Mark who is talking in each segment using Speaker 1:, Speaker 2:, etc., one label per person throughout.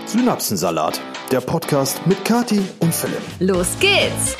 Speaker 1: Synapsensalat, der Podcast mit Kathi und Philipp.
Speaker 2: Los geht's!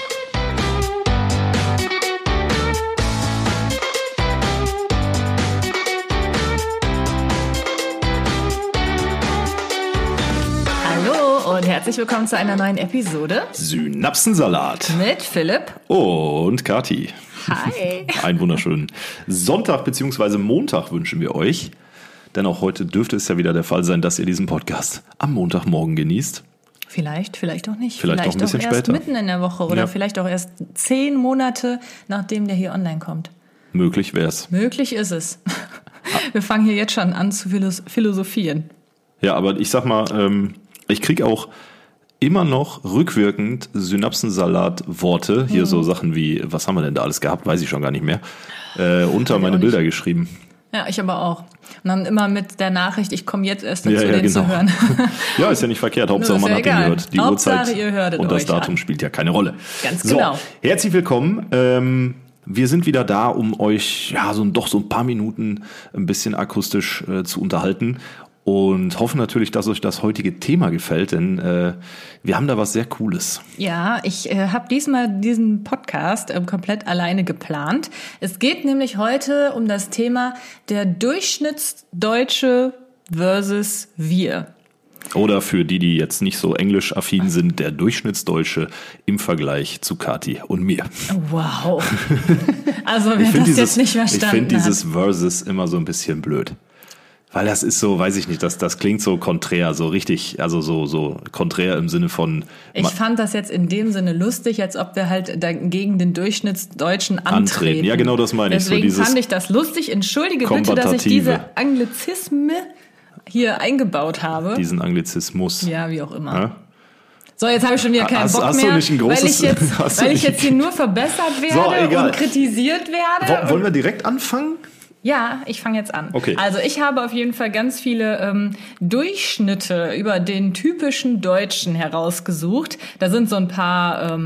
Speaker 2: Hallo und herzlich willkommen zu einer neuen Episode
Speaker 1: Synapsensalat
Speaker 2: mit Philipp
Speaker 1: und Kathi.
Speaker 2: Hi!
Speaker 1: Einen wunderschönen Sonntag bzw. Montag wünschen wir euch. Denn auch heute dürfte es ja wieder der Fall sein, dass ihr diesen Podcast am Montagmorgen genießt.
Speaker 2: Vielleicht auch nicht.
Speaker 1: Vielleicht auch ein bisschen
Speaker 2: erst
Speaker 1: später.
Speaker 2: Mitten in der Woche oder vielleicht auch erst 10 Monate, nachdem der hier online kommt.
Speaker 1: Möglich wär's.
Speaker 2: Möglich ist es. Wir fangen hier jetzt schon an zu philosophieren.
Speaker 1: Ja, aber ich sag mal, ich krieg auch immer noch rückwirkend Synapsensalat-Worte, hier so Sachen wie, was haben wir denn da alles gehabt, weiß ich schon gar nicht mehr, unter meine Bilder geschrieben.
Speaker 2: Ja, ich aber auch. Und dann immer mit der Nachricht, ich komme jetzt erst dazu, den zu hören.
Speaker 1: Ja, ist ja nicht verkehrt. Hauptsache man hat den gehört. Die
Speaker 2: Hauptsache,
Speaker 1: Uhrzeit
Speaker 2: ihr hörtet
Speaker 1: und das Datum
Speaker 2: an.
Speaker 1: spielt ja keine Rolle.
Speaker 2: Ganz genau.
Speaker 1: So, herzlich willkommen. Wir sind wieder da, um euch so ein paar Minuten ein bisschen akustisch zu unterhalten. Und hoffen natürlich, dass euch das heutige Thema gefällt, denn wir haben da was sehr Cooles.
Speaker 2: Ja, ich habe diesmal diesen Podcast komplett alleine geplant. Es geht nämlich heute um das Thema der Durchschnittsdeutsche versus wir.
Speaker 1: Oder für die jetzt nicht so englisch-affin sind, der Durchschnittsdeutsche im Vergleich zu Kathi und mir.
Speaker 2: Wow. Also wer das jetzt nicht verstanden hat.
Speaker 1: Ich finde dieses Versus immer so ein bisschen blöd. Weil das ist so, weiß ich nicht, das klingt so konträr, so richtig, also so konträr im Sinne von...
Speaker 2: Ich fand das jetzt in dem Sinne lustig, als ob wir halt gegen den Durchschnittsdeutschen antreten.
Speaker 1: Ja, genau, das meine ich.
Speaker 2: Deswegen fand ich das lustig. Entschuldige bitte, dass ich diese Anglizismen hier eingebaut habe.
Speaker 1: Diesen Anglizismus.
Speaker 2: Ja, wie auch immer.
Speaker 1: Ja?
Speaker 2: So, jetzt habe ich schon wieder keinen Bock mehr, weil ich jetzt hier nur verbessert werde und kritisiert werde.
Speaker 1: Wollen wir direkt anfangen?
Speaker 2: Ja, ich fange jetzt an.
Speaker 1: Okay.
Speaker 2: Also ich habe auf jeden Fall ganz viele Durchschnitte über den typischen Deutschen herausgesucht. Da sind so ein paar,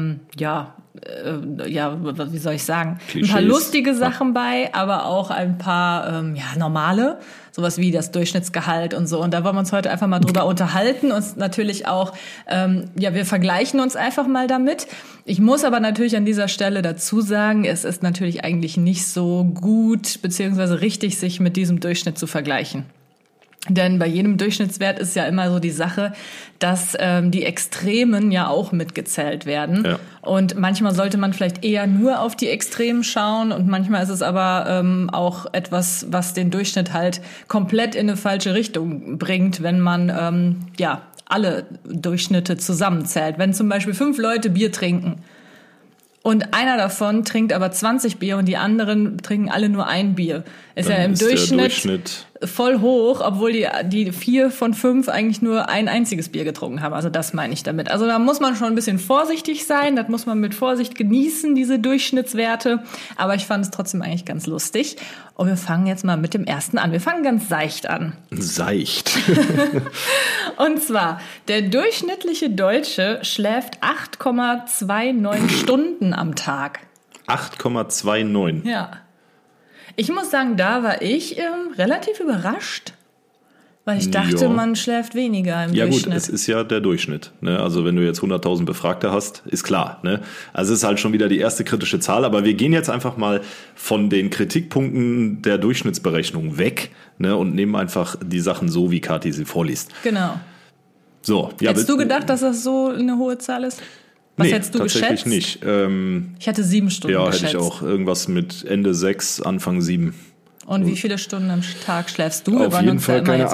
Speaker 2: wie soll ich sagen,
Speaker 1: Klischees.
Speaker 2: Ein paar lustige Sachen bei, aber auch ein paar normale, sowas wie das Durchschnittsgehalt und so. Und da wollen wir uns heute einfach mal drüber unterhalten und natürlich auch, wir vergleichen uns einfach mal damit. Ich muss aber natürlich an dieser Stelle dazu sagen, es ist natürlich eigentlich nicht so gut beziehungsweise richtig, sich mit diesem Durchschnitt zu vergleichen. Denn bei jedem Durchschnittswert ist ja immer so die Sache, dass die Extremen ja auch mitgezählt werden. Ja. Und manchmal sollte man vielleicht eher nur auf die Extremen schauen und manchmal ist es aber auch etwas, was den Durchschnitt halt komplett in eine falsche Richtung bringt, wenn man alle Durchschnitte zusammenzählt. Wenn zum Beispiel 5 Leute Bier trinken und einer davon trinkt aber 20 Bier und die anderen trinken alle nur ein Bier, ist ja im Durchschnitt voll hoch, obwohl die 4 von 5 eigentlich nur ein einziges Bier getrunken haben. Also das meine ich damit. Also da muss man schon ein bisschen vorsichtig sein, das muss man mit Vorsicht genießen, diese Durchschnittswerte. Aber ich fand es trotzdem eigentlich ganz lustig. Und wir fangen jetzt mal mit dem ersten an. Wir fangen ganz seicht an.
Speaker 1: Seicht.
Speaker 2: Und zwar, der durchschnittliche Deutsche schläft 8,29 Stunden am Tag.
Speaker 1: 8,29?
Speaker 2: Ja. Ich muss sagen, da war ich relativ überrascht, weil ich dachte, man schläft weniger im Durchschnitt. Ja gut,
Speaker 1: es ist ja der Durchschnitt. Ne? Also wenn du jetzt 100.000 Befragte hast, ist klar. Ne? Also es ist halt schon wieder die erste kritische Zahl. Aber wir gehen jetzt einfach mal von den Kritikpunkten der Durchschnittsberechnung weg, ne? Und nehmen einfach die Sachen so, wie Kathi sie vorliest.
Speaker 2: Genau.
Speaker 1: So,
Speaker 2: Hättest du gedacht, dass das so eine hohe Zahl ist? Was hättest du
Speaker 1: tatsächlich
Speaker 2: geschätzt?
Speaker 1: Nicht.
Speaker 2: Ich hatte 7 Stunden geschätzt.
Speaker 1: Ja, hätte ich auch. Irgendwas mit Ende 6, Anfang 7.
Speaker 2: Und wie viele Stunden am Tag schläfst du?
Speaker 1: Auf jeden Fall keine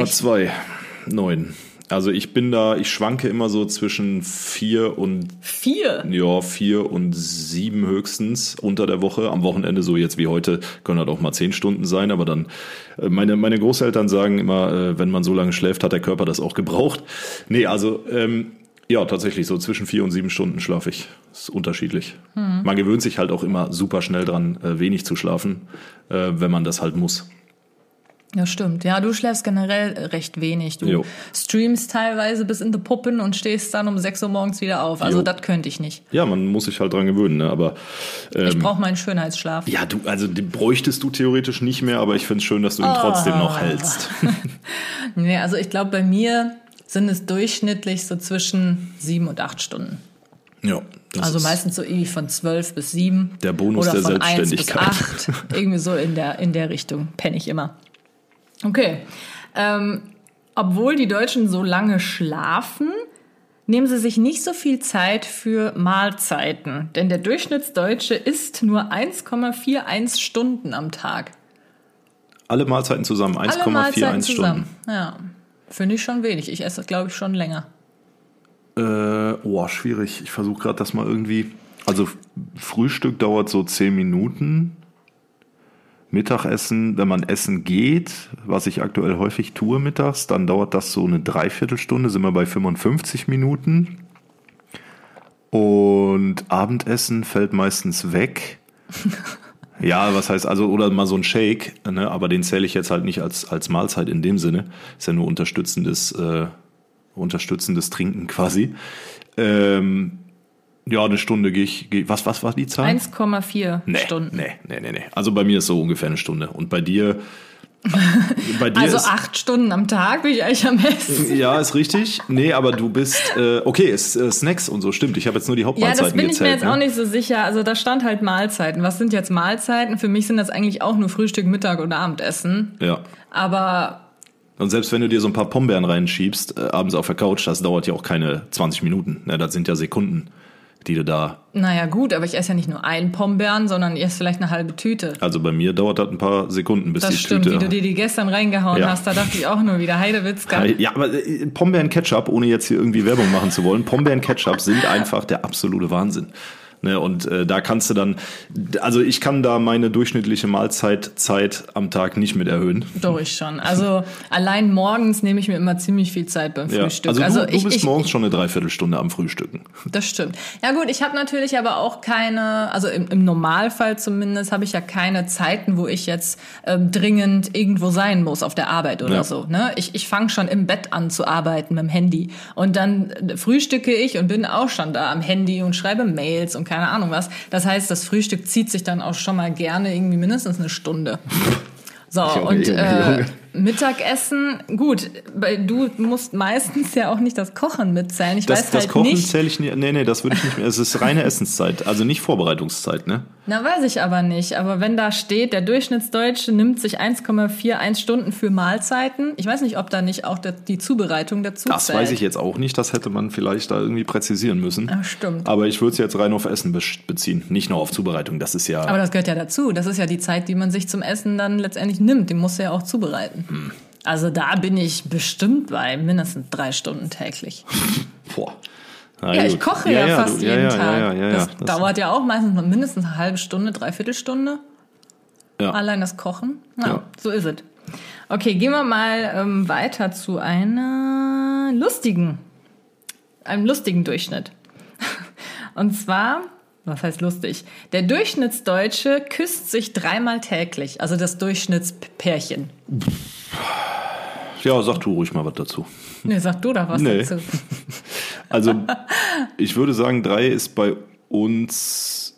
Speaker 1: 8,29. Also ich schwanke immer so zwischen 4 und...
Speaker 2: 4?
Speaker 1: Ja, 4 und 7 höchstens unter der Woche. Am Wochenende, so jetzt wie heute, können halt auch mal 10 Stunden sein. Aber dann, meine Großeltern sagen immer, wenn man so lange schläft, hat der Körper das auch gebraucht. Nee, also... Ja, tatsächlich, so zwischen 4 und 7 Stunden schlafe ich. Das ist unterschiedlich. Man gewöhnt sich halt auch immer super schnell dran, wenig zu schlafen, wenn man das halt muss.
Speaker 2: Ja, stimmt. Ja, du schläfst generell recht wenig. Du streamst teilweise bis in die Puppen und stehst dann um 6 Uhr morgens wieder auf. Also das könnte ich nicht.
Speaker 1: Ja, man muss sich halt dran gewöhnen, ne? Aber
Speaker 2: ich brauche meinen Schönheitsschlaf.
Speaker 1: Ja, den bräuchtest du theoretisch nicht mehr, aber ich finde es schön, dass du ihn trotzdem noch hältst.
Speaker 2: Nee, also ich glaube bei mir sind es durchschnittlich so zwischen 7 und 8 Stunden.
Speaker 1: Ja.
Speaker 2: Also meistens so irgendwie von 12 bis 7.
Speaker 1: Der Bonus
Speaker 2: oder
Speaker 1: der
Speaker 2: von
Speaker 1: Selbstständigkeit.
Speaker 2: 1 bis 8. Irgendwie so in der Richtung penne ich immer. Okay. Obwohl die Deutschen so lange schlafen, nehmen sie sich nicht so viel Zeit für Mahlzeiten. Denn der Durchschnittsdeutsche isst nur 1,41 Stunden am Tag.
Speaker 1: Alle Mahlzeiten zusammen, 1,41 Stunden.
Speaker 2: Ja, finde ich schon wenig. Ich esse, glaube ich, schon länger.
Speaker 1: Schwierig. Ich versuche gerade das mal irgendwie. Also Frühstück dauert so 10 Minuten. Mittagessen, wenn man essen geht, was ich aktuell häufig tue mittags, dann dauert das so eine Dreiviertelstunde, sind wir bei 55 Minuten. Und Abendessen fällt meistens weg. Ja, was heißt, also, oder mal so ein Shake, ne, aber den zähle ich jetzt halt nicht als Mahlzeit in dem Sinne. Ist ja nur unterstützendes Trinken quasi. Ja, eine Stunde gehe ich. Was war die Zahl?
Speaker 2: 1,4 Stunden.
Speaker 1: Nee. Also bei mir ist so ungefähr eine Stunde. Und bei dir?
Speaker 2: Also 8 Stunden am Tag bin ich eigentlich am besten.
Speaker 1: Ja, ist richtig. Nee, aber du bist, Snacks und so, stimmt. Ich habe jetzt nur die Hauptmahlzeiten gezählt.
Speaker 2: Ja, das bin ich mir jetzt
Speaker 1: auch
Speaker 2: nicht so sicher. Also da stand halt Mahlzeiten. Was sind jetzt Mahlzeiten? Für mich sind das eigentlich auch nur Frühstück, Mittag oder Abendessen.
Speaker 1: Ja.
Speaker 2: Aber...
Speaker 1: Und selbst wenn du dir so ein paar Pombeeren reinschiebst, abends auf der Couch, das dauert ja auch keine 20 Minuten. Ja, das sind ja Sekunden, die du da...
Speaker 2: Naja gut, aber ich esse ja nicht nur einen Pombeeren, sondern ich esse vielleicht eine halbe Tüte.
Speaker 1: Also bei mir dauert das ein paar Sekunden, bis
Speaker 2: das
Speaker 1: die
Speaker 2: stimmt,
Speaker 1: Tüte...
Speaker 2: wie du dir die gestern reingehauen hast, da dachte ich auch nur wieder, Heidewitzka.
Speaker 1: Ja, aber Pombeeren-Ketchup, ohne jetzt hier irgendwie Werbung machen zu wollen, Pombeeren-Ketchup sind einfach der absolute Wahnsinn. Ne, und da kannst du dann, also ich kann da meine durchschnittliche Mahlzeit am Tag nicht mit erhöhen.
Speaker 2: Doch, ich schon. Also allein morgens nehme ich mir immer ziemlich viel Zeit beim Frühstück.
Speaker 1: Also du bist morgens schon eine Dreiviertelstunde am Frühstücken.
Speaker 2: Das stimmt. Ja gut, ich habe natürlich aber auch keine, also im Normalfall zumindest, habe ich ja keine Zeiten, wo ich jetzt dringend irgendwo sein muss auf der Arbeit oder so. Ne? Ich fange schon im Bett an zu arbeiten mit dem Handy. Und dann frühstücke ich und bin auch schon da am Handy und schreibe Mails und keine Ahnung was. Das heißt, das Frühstück zieht sich dann auch schon mal gerne irgendwie mindestens eine Stunde. So, Junge. Mittagessen, gut, du musst meistens ja auch nicht das Kochen mitzählen.
Speaker 1: Das Kochen zähle ich nicht, nee, das würde ich nicht mehr. Es ist reine Essenszeit, also nicht Vorbereitungszeit, ne?
Speaker 2: Na, weiß ich aber nicht. Aber wenn da steht, der Durchschnittsdeutsche nimmt sich 1,41 Stunden für Mahlzeiten. Ich weiß nicht, ob da nicht auch die Zubereitung dazu zählt.
Speaker 1: Das weiß ich jetzt auch nicht. Das hätte man vielleicht da irgendwie präzisieren müssen.
Speaker 2: Ach, stimmt.
Speaker 1: Aber ich würde es jetzt rein auf Essen beziehen, nicht nur auf Zubereitung. Das ist ja...
Speaker 2: Aber das gehört ja dazu. Das ist ja die Zeit, die man sich zum Essen dann letztendlich nimmt. Die muss ja auch zubereiten. Also da bin ich bestimmt bei mindestens 3 Stunden täglich.
Speaker 1: Boah.
Speaker 2: Ja, ich koche fast jeden Tag. Das dauert ja auch meistens mindestens eine halbe Stunde, Dreiviertelstunde. Ja. Allein das Kochen. Ja, so ist es. Okay, gehen wir mal weiter zu einem lustigen Durchschnitt. Und zwar, was heißt lustig? Der Durchschnittsdeutsche küsst sich 3-mal täglich, also das Durchschnittspärchen.
Speaker 1: Ja, sag du ruhig mal was dazu.
Speaker 2: Nee, sag du doch was dazu.
Speaker 1: Also, ich würde sagen, 3 ist bei uns...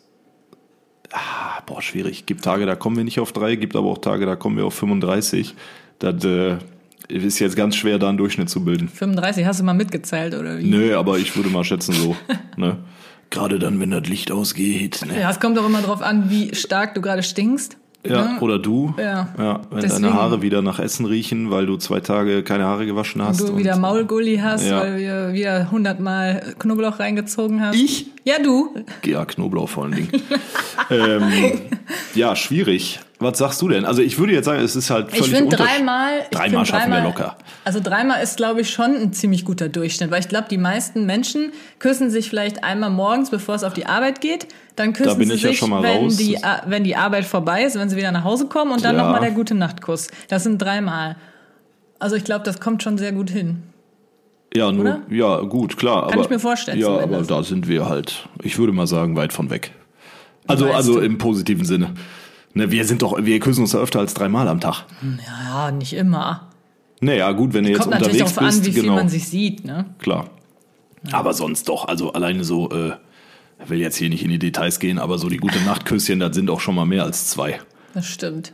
Speaker 1: schwierig. Gibt Tage, da kommen wir nicht auf 3, gibt aber auch Tage, da kommen wir auf 35. Das ist jetzt ganz schwer, da einen Durchschnitt zu bilden.
Speaker 2: 35, hast du mal mitgezählt, oder wie?
Speaker 1: Nö, aber ich würde mal schätzen so. Ne? Gerade dann, wenn das Licht ausgeht. Ne?
Speaker 2: Ja, es kommt auch immer drauf an, wie stark du gerade stinkst.
Speaker 1: Ja, oder du.
Speaker 2: Ja.
Speaker 1: Wenn deine Haare wieder nach Essen riechen, weil du 2 Tage keine Haare gewaschen hast.
Speaker 2: Und du wieder Maulgulli hast, weil du wieder 100-mal Knoblauch reingezogen hast.
Speaker 1: Ich?
Speaker 2: Ja, du.
Speaker 1: Ja, Knoblauch vor allen Dingen. Ja, schwierig. Was sagst du denn? Also ich würde jetzt sagen, es ist halt völlig Dreimal schaffen wir locker.
Speaker 2: Also 3-mal ist, glaube ich, schon ein ziemlich guter Durchschnitt, weil ich glaube, die meisten Menschen küssen sich vielleicht einmal morgens, bevor es auf die Arbeit geht. Dann küssen sie sich, wenn die Arbeit vorbei ist, wenn sie wieder nach Hause kommen und dann nochmal der Gute-Nacht-Kuss. Das sind 3-mal. Also ich glaube, das kommt schon sehr gut hin.
Speaker 1: Ja, gut, klar.
Speaker 2: Kann ich mir vorstellen.
Speaker 1: Ja, aber da sind wir halt, ich würde mal sagen, weit von weg. Also im positiven Sinne. Ne, wir küssen uns ja öfter als 3-mal am Tag.
Speaker 2: Ja, nicht immer.
Speaker 1: Naja, gut, wenn du jetzt unterwegs bist.
Speaker 2: Kommt natürlich darauf an, wie viel man sich sieht, ne?
Speaker 1: Klar. Ja. Aber sonst doch, also alleine so, ich will jetzt hier nicht in die Details gehen, aber so die Gute-Nacht-Küsschen, das sind auch schon mal mehr als 2.
Speaker 2: Das stimmt.
Speaker 1: Ne?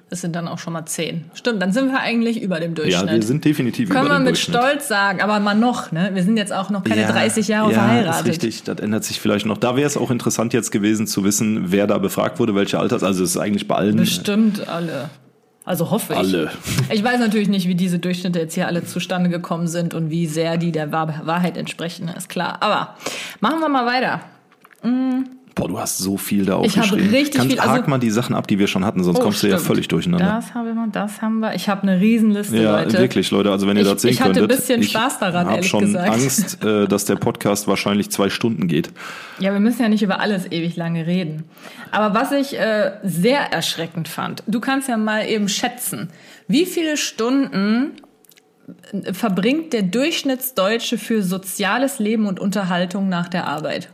Speaker 2: Das sind dann auch schon mal 10. Stimmt, dann sind wir eigentlich über dem Durchschnitt.
Speaker 1: Ja, wir sind definitiv über dem Durchschnitt.
Speaker 2: Können wir mit Stolz sagen, aber mal noch, ne? Wir sind jetzt auch noch keine 30 Jahre verheiratet.
Speaker 1: Ja, ist richtig, das ändert sich vielleicht noch. Da wäre es auch interessant jetzt gewesen zu wissen, wer da befragt wurde, welche Alters, also es ist eigentlich bei allen.
Speaker 2: Bestimmt alle. Also hoffe ich.
Speaker 1: Alle.
Speaker 2: Ich weiß natürlich nicht, wie diese Durchschnitte jetzt hier alle zustande gekommen sind und wie sehr die der Wahrheit entsprechen, ist klar. Aber machen wir mal weiter.
Speaker 1: Boah, du hast so viel da
Speaker 2: Ich habe
Speaker 1: aufgeschrieben.
Speaker 2: richtig viel.
Speaker 1: Hak mal die Sachen ab, die wir schon hatten, sonst kommst du ja völlig durcheinander.
Speaker 2: Das haben wir. Ich habe eine Riesenliste, Leute.
Speaker 1: Ja, wirklich, Leute. Also wenn ihr das sehen könntet.
Speaker 2: Ich hatte ein bisschen Spaß daran, ehrlich gesagt.
Speaker 1: Ich habe schon Angst, dass der Podcast wahrscheinlich 2 Stunden geht.
Speaker 2: Ja, wir müssen ja nicht über alles ewig lange reden. Aber was ich sehr erschreckend fand, du kannst ja mal eben schätzen, wie viele Stunden verbringt der Durchschnittsdeutsche für soziales Leben und Unterhaltung nach der Arbeit?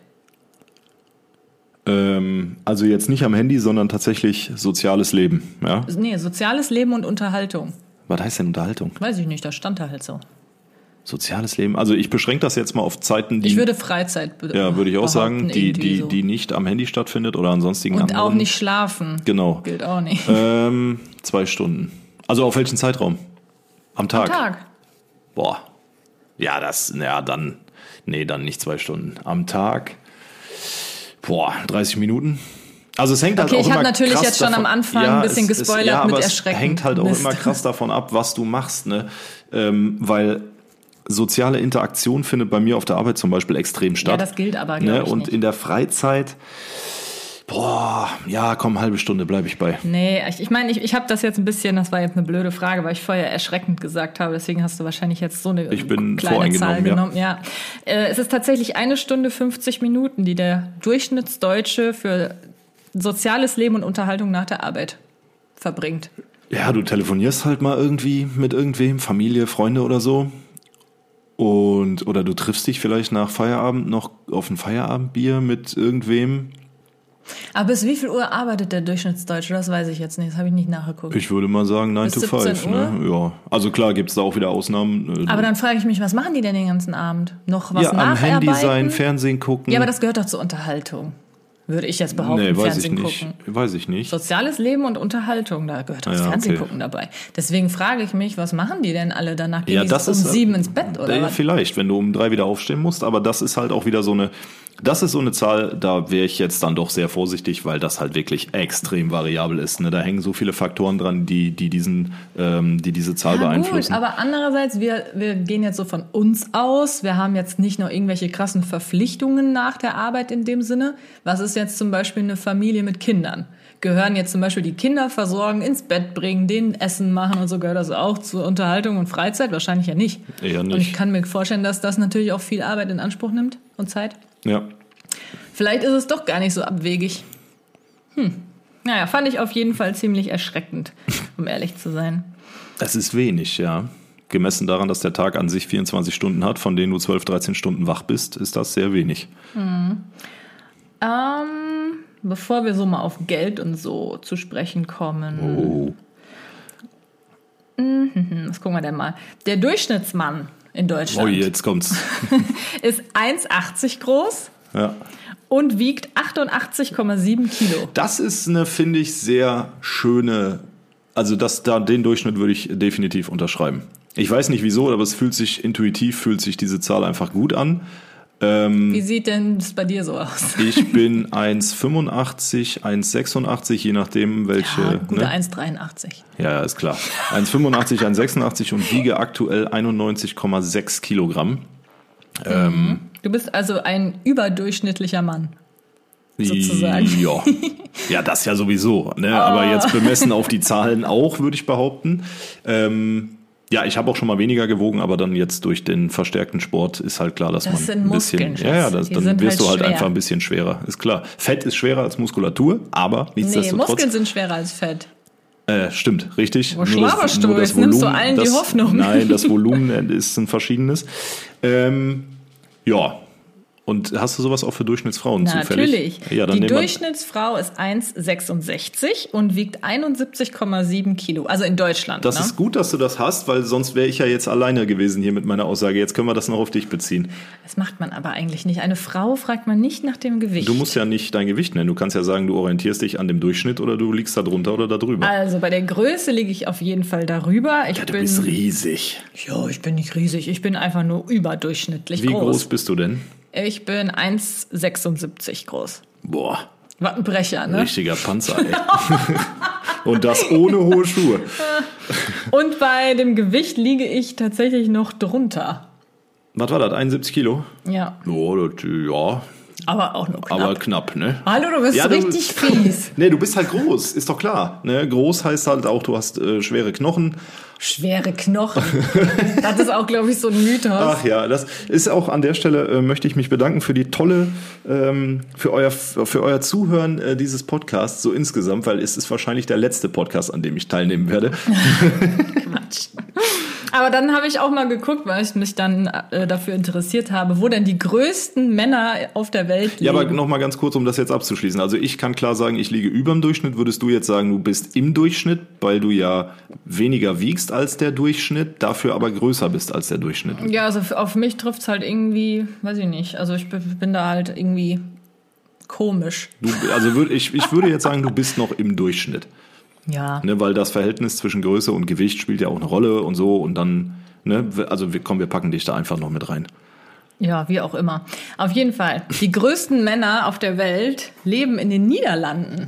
Speaker 1: Also jetzt nicht am Handy, sondern tatsächlich soziales Leben. Ja?
Speaker 2: Nee, soziales Leben und Unterhaltung.
Speaker 1: Was heißt denn Unterhaltung?
Speaker 2: Weiß ich nicht, das stand da halt so.
Speaker 1: Soziales Leben. Also ich beschränke das jetzt mal auf Zeiten, die...
Speaker 2: Ich würde Freizeit
Speaker 1: Ja, würde ich auch sagen, die nicht am Handy stattfindet oder an sonstigen
Speaker 2: Und
Speaker 1: anderen.
Speaker 2: auch nicht schlafen.
Speaker 1: Genau.
Speaker 2: Gilt auch nicht.
Speaker 1: 2 Stunden. Also auf welchen Zeitraum? Am Tag?
Speaker 2: Am Tag.
Speaker 1: Boah. Ja, dann nicht 2 Stunden. Am Tag... 30 Minuten. Also es hängt halt auch immer krass davon. Okay, ich habe natürlich jetzt schon am Anfang ein bisschen gespoilert mit Erschrecken. Es hängt halt auch immer krass davon ab, was du machst, ne? Weil soziale Interaktion findet bei mir auf der Arbeit zum Beispiel extrem statt.
Speaker 2: Ja, das gilt aber, glaube ich,
Speaker 1: und
Speaker 2: nicht.
Speaker 1: In der Freizeit, halbe Stunde bleibe ich bei.
Speaker 2: Nee, ich meine, ich habe das jetzt ein bisschen, das war jetzt eine blöde Frage, weil ich vorher erschreckend gesagt habe, deswegen hast du wahrscheinlich jetzt so eine kleine Zahl genommen. Ja. Es ist tatsächlich 1 Stunde 50 Minuten, die der Durchschnittsdeutsche für soziales Leben und Unterhaltung nach der Arbeit verbringt.
Speaker 1: Ja, du telefonierst halt mal irgendwie mit irgendwem, Familie, Freunde oder so. Oder du triffst dich vielleicht nach Feierabend noch auf ein Feierabendbier mit irgendwem.
Speaker 2: Aber bis wie viel Uhr arbeitet der Durchschnittsdeutsche? Das weiß ich jetzt nicht, das habe ich nicht nachgeguckt.
Speaker 1: Ich würde mal sagen 9 to 5. Ne? Ja. Also klar gibt es da auch wieder Ausnahmen.
Speaker 2: Aber dann frage ich mich, was machen die denn den ganzen Abend? Noch was nacharbeiten?
Speaker 1: Am Handy sein, Fernsehen gucken.
Speaker 2: Ja, aber das gehört doch zur Unterhaltung. Würde ich jetzt behaupten, Fernsehen gucken.
Speaker 1: Weiß ich nicht.
Speaker 2: Soziales Leben und Unterhaltung, da gehört das Fernsehen gucken dabei. Deswegen frage ich mich, was machen die denn alle danach? Gehen die um 7 ins Bett oder was?
Speaker 1: Vielleicht, wenn du um 3 wieder aufstehen musst. Aber das ist halt auch wieder so eine Zahl, da wäre ich jetzt dann doch sehr vorsichtig, weil das halt wirklich extrem variabel ist. Ne? Da hängen so viele Faktoren dran, die diese Zahl beeinflussen.
Speaker 2: Gut, aber andererseits, wir gehen jetzt so von uns aus. Wir haben jetzt nicht noch irgendwelche krassen Verpflichtungen nach der Arbeit in dem Sinne. Was ist jetzt zum Beispiel eine Familie mit Kindern? Gehören jetzt zum Beispiel die Kinder versorgen, ins Bett bringen, denen Essen machen und so, gehört das auch zur Unterhaltung und Freizeit? Wahrscheinlich ja nicht.
Speaker 1: Eher nicht.
Speaker 2: Und ich kann mir vorstellen, dass das natürlich auch viel Arbeit in Anspruch nimmt und Zeit.
Speaker 1: Ja.
Speaker 2: Vielleicht ist es doch gar nicht so abwegig. Naja, fand ich auf jeden Fall ziemlich erschreckend, um ehrlich zu sein.
Speaker 1: Das ist wenig, ja. Gemessen daran, dass der Tag an sich 24 Stunden hat, von denen du 12, 13 Stunden wach bist, ist das sehr wenig.
Speaker 2: Bevor wir so mal auf Geld und so zu sprechen kommen. Was gucken wir denn mal? Der Durchschnittsmann in Deutschland.
Speaker 1: Jetzt kommt's.
Speaker 2: Ist 1,80 groß.
Speaker 1: Ja.
Speaker 2: Und wiegt 88,7 Kilo. Das
Speaker 1: ist eine, finde ich, sehr schöne, also den Durchschnitt würde ich definitiv unterschreiben. Ich weiß nicht wieso, aber intuitiv fühlt sich diese Zahl einfach gut an.
Speaker 2: Wie sieht denn das bei dir so aus?
Speaker 1: Ich bin 1,85, 1,86, je nachdem welche.
Speaker 2: Ja, gute 1,83.
Speaker 1: Ja, ist klar. 1,85, 1,86 und wiege aktuell 91,6 Kilogramm.
Speaker 2: Du bist also ein überdurchschnittlicher Mann, sozusagen. Ja, das ja sowieso. Ne? Aber jetzt bemessen auf die Zahlen auch, würde ich behaupten. Ja, ich habe auch schon mal weniger gewogen, aber dann jetzt durch den verstärkten Sport ist halt klar, dass man ein bisschen... dann wirst du halt einfach ein bisschen schwerer, ist klar. Fett ist schwerer als Muskulatur, aber nichtsdestotrotz... Nee, Muskeln sind schwerer als Fett.
Speaker 1: Stimmt, richtig.
Speaker 2: Wo schlaberst du? Jetzt nimmst du allen die Hoffnung.
Speaker 1: Nein, das Volumen ist ein verschiedenes. Ja, Und hast du sowas auch für Durchschnittsfrauen
Speaker 2: Na,
Speaker 1: zufällig?
Speaker 2: natürlich.
Speaker 1: Ja, dann
Speaker 2: die
Speaker 1: nehmen wir-
Speaker 2: Durchschnittsfrau ist 1,66 und wiegt 71,7 Kilo. Also in Deutschland.
Speaker 1: Das
Speaker 2: ne?
Speaker 1: ist gut, dass du das hast, weil sonst wäre ich ja jetzt alleine gewesen hier mit meiner Aussage. Jetzt können wir das noch auf dich beziehen.
Speaker 2: Das macht man aber eigentlich nicht. Eine Frau fragt man nicht nach dem Gewicht.
Speaker 1: Du musst ja nicht dein Gewicht nennen. Du kannst ja sagen, du orientierst dich an dem Durchschnitt oder du liegst da drunter oder da drüber.
Speaker 2: Also bei der Größe liege ich auf jeden Fall darüber.
Speaker 1: Du bist riesig.
Speaker 2: Ja, ich bin nicht riesig. Ich bin einfach nur überdurchschnittlich
Speaker 1: Wie groß bist du denn?
Speaker 2: Ich bin 1,76 groß.
Speaker 1: Boah,
Speaker 2: Was ein Brecher, ne?
Speaker 1: richtiger Panzer, ey. Und das ohne hohe Schuhe.
Speaker 2: Und bei dem Gewicht liege ich tatsächlich noch drunter.
Speaker 1: Was war das, 71 Kilo?
Speaker 2: Ja,
Speaker 1: Oh, das, ja,
Speaker 2: aber auch nur knapp.
Speaker 1: aber knapp, ne?
Speaker 2: Hallo, du bist
Speaker 1: Ja, du-
Speaker 2: richtig fies.
Speaker 1: Nee, du bist halt groß, ist doch klar. Ne? Groß heißt halt auch, du hast schwere Knochen.
Speaker 2: Schwere Knochen. Das ist auch, glaube ich, so ein Mythos.
Speaker 1: Ach ja, das ist auch an der Stelle, möchte ich mich bedanken für die tolle, für euer Zuhören dieses Podcasts so insgesamt, weil es ist wahrscheinlich der letzte Podcast, an dem ich teilnehmen werde.
Speaker 2: Quatsch. Aber dann habe ich auch mal geguckt, weil ich mich dann dafür interessiert habe, wo denn die größten Männer auf der Welt leben.
Speaker 1: Ja, aber noch mal ganz kurz, um das jetzt abzuschließen. Also ich kann klar sagen, ich liege über dem Durchschnitt. Würdest du jetzt sagen, du bist im Durchschnitt, weil du ja weniger wiegst als der Durchschnitt, dafür aber größer bist als der Durchschnitt?
Speaker 2: Ja, also auf mich trifft's halt irgendwie, weiß ich nicht. Also ich bin da halt irgendwie komisch.
Speaker 1: Ich würde jetzt sagen, du bist noch im Durchschnitt.
Speaker 2: Ja.
Speaker 1: Ne, weil das Verhältnis zwischen Größe und Gewicht spielt ja auch eine Rolle und so. Und dann, ne, also wir packen dich da einfach noch mit rein.
Speaker 2: Ja, wie auch immer. Auf jeden Fall. Die größten Männer auf der Welt leben in den Niederlanden.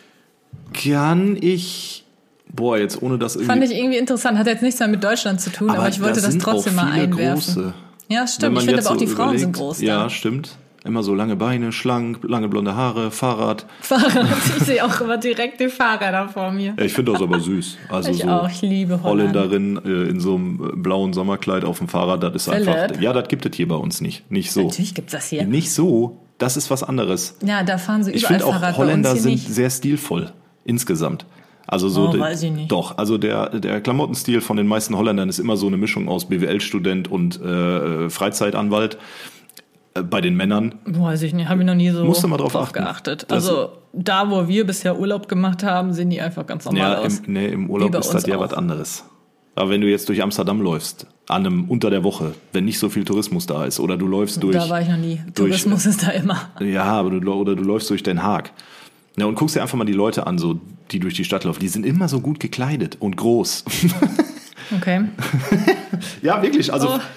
Speaker 1: Kann ich, jetzt ohne das irgendwie...
Speaker 2: Fand ich irgendwie interessant. Hat jetzt nichts mehr mit Deutschland zu tun, aber ich wollte das
Speaker 1: sind
Speaker 2: trotzdem
Speaker 1: auch
Speaker 2: mal
Speaker 1: viele
Speaker 2: einwerfen.
Speaker 1: Große.
Speaker 2: Ja,
Speaker 1: Wenn
Speaker 2: stimmt.
Speaker 1: man
Speaker 2: Ich finde
Speaker 1: jetzt
Speaker 2: aber auch die
Speaker 1: so
Speaker 2: Frauen sind
Speaker 1: überlegt,
Speaker 2: groß.
Speaker 1: Ja,
Speaker 2: Da.
Speaker 1: stimmt. Immer so lange Beine, schlank, lange blonde Haare, Fahrrad.
Speaker 2: Fahrrad. Ich sehe auch immer direkt die Fahrräder vor mir.
Speaker 1: Ich finde das aber süß. Also
Speaker 2: Ich
Speaker 1: so
Speaker 2: auch, ich liebe Holland.
Speaker 1: Holländerin in so einem blauen Sommerkleid auf dem Fahrrad, das ist
Speaker 2: Philipp.
Speaker 1: einfach... Ja, das gibt es hier bei uns nicht. Nicht so.
Speaker 2: Natürlich gibt's das hier.
Speaker 1: Nicht so. Das ist was anderes.
Speaker 2: Ja, da fahren sie
Speaker 1: Ich
Speaker 2: überall
Speaker 1: finde
Speaker 2: Fahrrad.
Speaker 1: auch, Holländer
Speaker 2: bei uns hier
Speaker 1: sind
Speaker 2: nicht.
Speaker 1: sehr stilvoll. Insgesamt. Also so,
Speaker 2: weiß ich nicht.
Speaker 1: Doch, also der Klamottenstil von den meisten Holländern ist immer so eine Mischung aus BWL-Student und Freizeitanwalt. Bei den Männern.
Speaker 2: Weiß ich nicht, habe ich noch nie so
Speaker 1: Musst du mal drauf achten.
Speaker 2: geachtet.
Speaker 1: Das-
Speaker 2: Also da, wo wir bisher Urlaub gemacht haben, sehen die einfach ganz normal
Speaker 1: Ja,
Speaker 2: aus.
Speaker 1: im
Speaker 2: Wie
Speaker 1: Urlaub
Speaker 2: bei
Speaker 1: ist das
Speaker 2: uns
Speaker 1: ja
Speaker 2: auch.
Speaker 1: was anderes. Aber wenn du jetzt durch Amsterdam läufst, unter der Woche, wenn nicht so viel Tourismus da ist, oder du läufst durch...
Speaker 2: Da war ich noch nie. Tourismus ist da immer.
Speaker 1: Ja, aber du läufst durch Den Haag. Ja, und guckst dir einfach mal die Leute an, so, die durch die Stadt laufen. Die sind immer so gut gekleidet und groß.
Speaker 2: Okay.
Speaker 1: Ja, wirklich. Also
Speaker 2: Oh.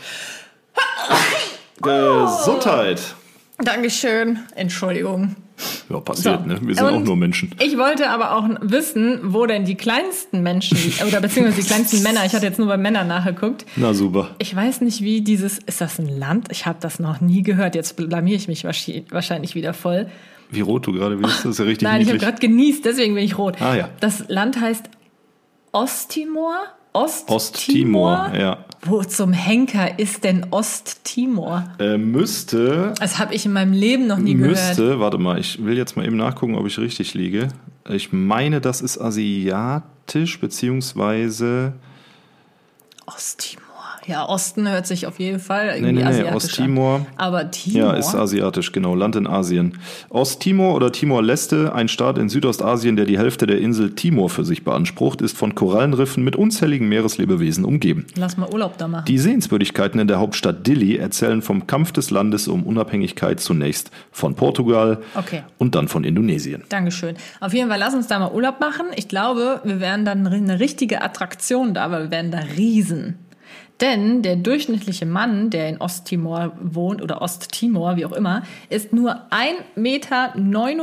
Speaker 1: Gesundheit.
Speaker 2: Dankeschön. Entschuldigung.
Speaker 1: Ja, passiert,
Speaker 2: So.
Speaker 1: ne? Wir sind
Speaker 2: Und
Speaker 1: auch nur Menschen.
Speaker 2: Ich wollte aber auch wissen, wo denn die kleinsten Menschen, oder beziehungsweise die kleinsten Männer, ich hatte jetzt nur bei Männern nachgeguckt.
Speaker 1: Na super.
Speaker 2: Ich weiß nicht, wie ist das ein Land? Ich habe das noch nie gehört. Jetzt blamier ich mich wahrscheinlich wieder voll.
Speaker 1: Wie rot du gerade bist, das ist ja richtig
Speaker 2: Nein, ich habe
Speaker 1: niedlich.
Speaker 2: gerade genießt, deswegen bin ich rot.
Speaker 1: Ah, ja.
Speaker 2: Das Land heißt Osttimor?
Speaker 1: Osttimor, ja.
Speaker 2: Wo zum Henker ist denn Osttimor?
Speaker 1: Müsste,
Speaker 2: Das habe ich in meinem Leben noch nie gehört.
Speaker 1: warte mal, ich will jetzt mal eben nachgucken, ob ich richtig liege. Ich meine, das ist asiatisch, beziehungsweise...
Speaker 2: Osttimor. Ja, Osten hört sich auf jeden Fall irgendwie
Speaker 1: Nee,
Speaker 2: asiatisch
Speaker 1: Osttimor.
Speaker 2: an. Aber Timor?
Speaker 1: Ja, ist asiatisch, genau, Land in Asien. Osttimor oder Timor-Leste, ein Staat in Südostasien, der die Hälfte der Insel Timor für sich beansprucht, ist von Korallenriffen mit unzähligen Meereslebewesen umgeben.
Speaker 2: Lass mal Urlaub da machen.
Speaker 1: Die Sehenswürdigkeiten in der Hauptstadt Dili erzählen vom Kampf des Landes um Unabhängigkeit zunächst von Portugal
Speaker 2: Okay.
Speaker 1: und dann von Indonesien.
Speaker 2: Dankeschön. Auf jeden Fall, lass uns da mal Urlaub machen. Ich glaube, wir werden dann eine richtige Attraktion da, weil wir werden da Riesen. Denn der durchschnittliche Mann, der in Osttimor wohnt, oder Osttimor, wie auch immer, ist nur 1,59 Meter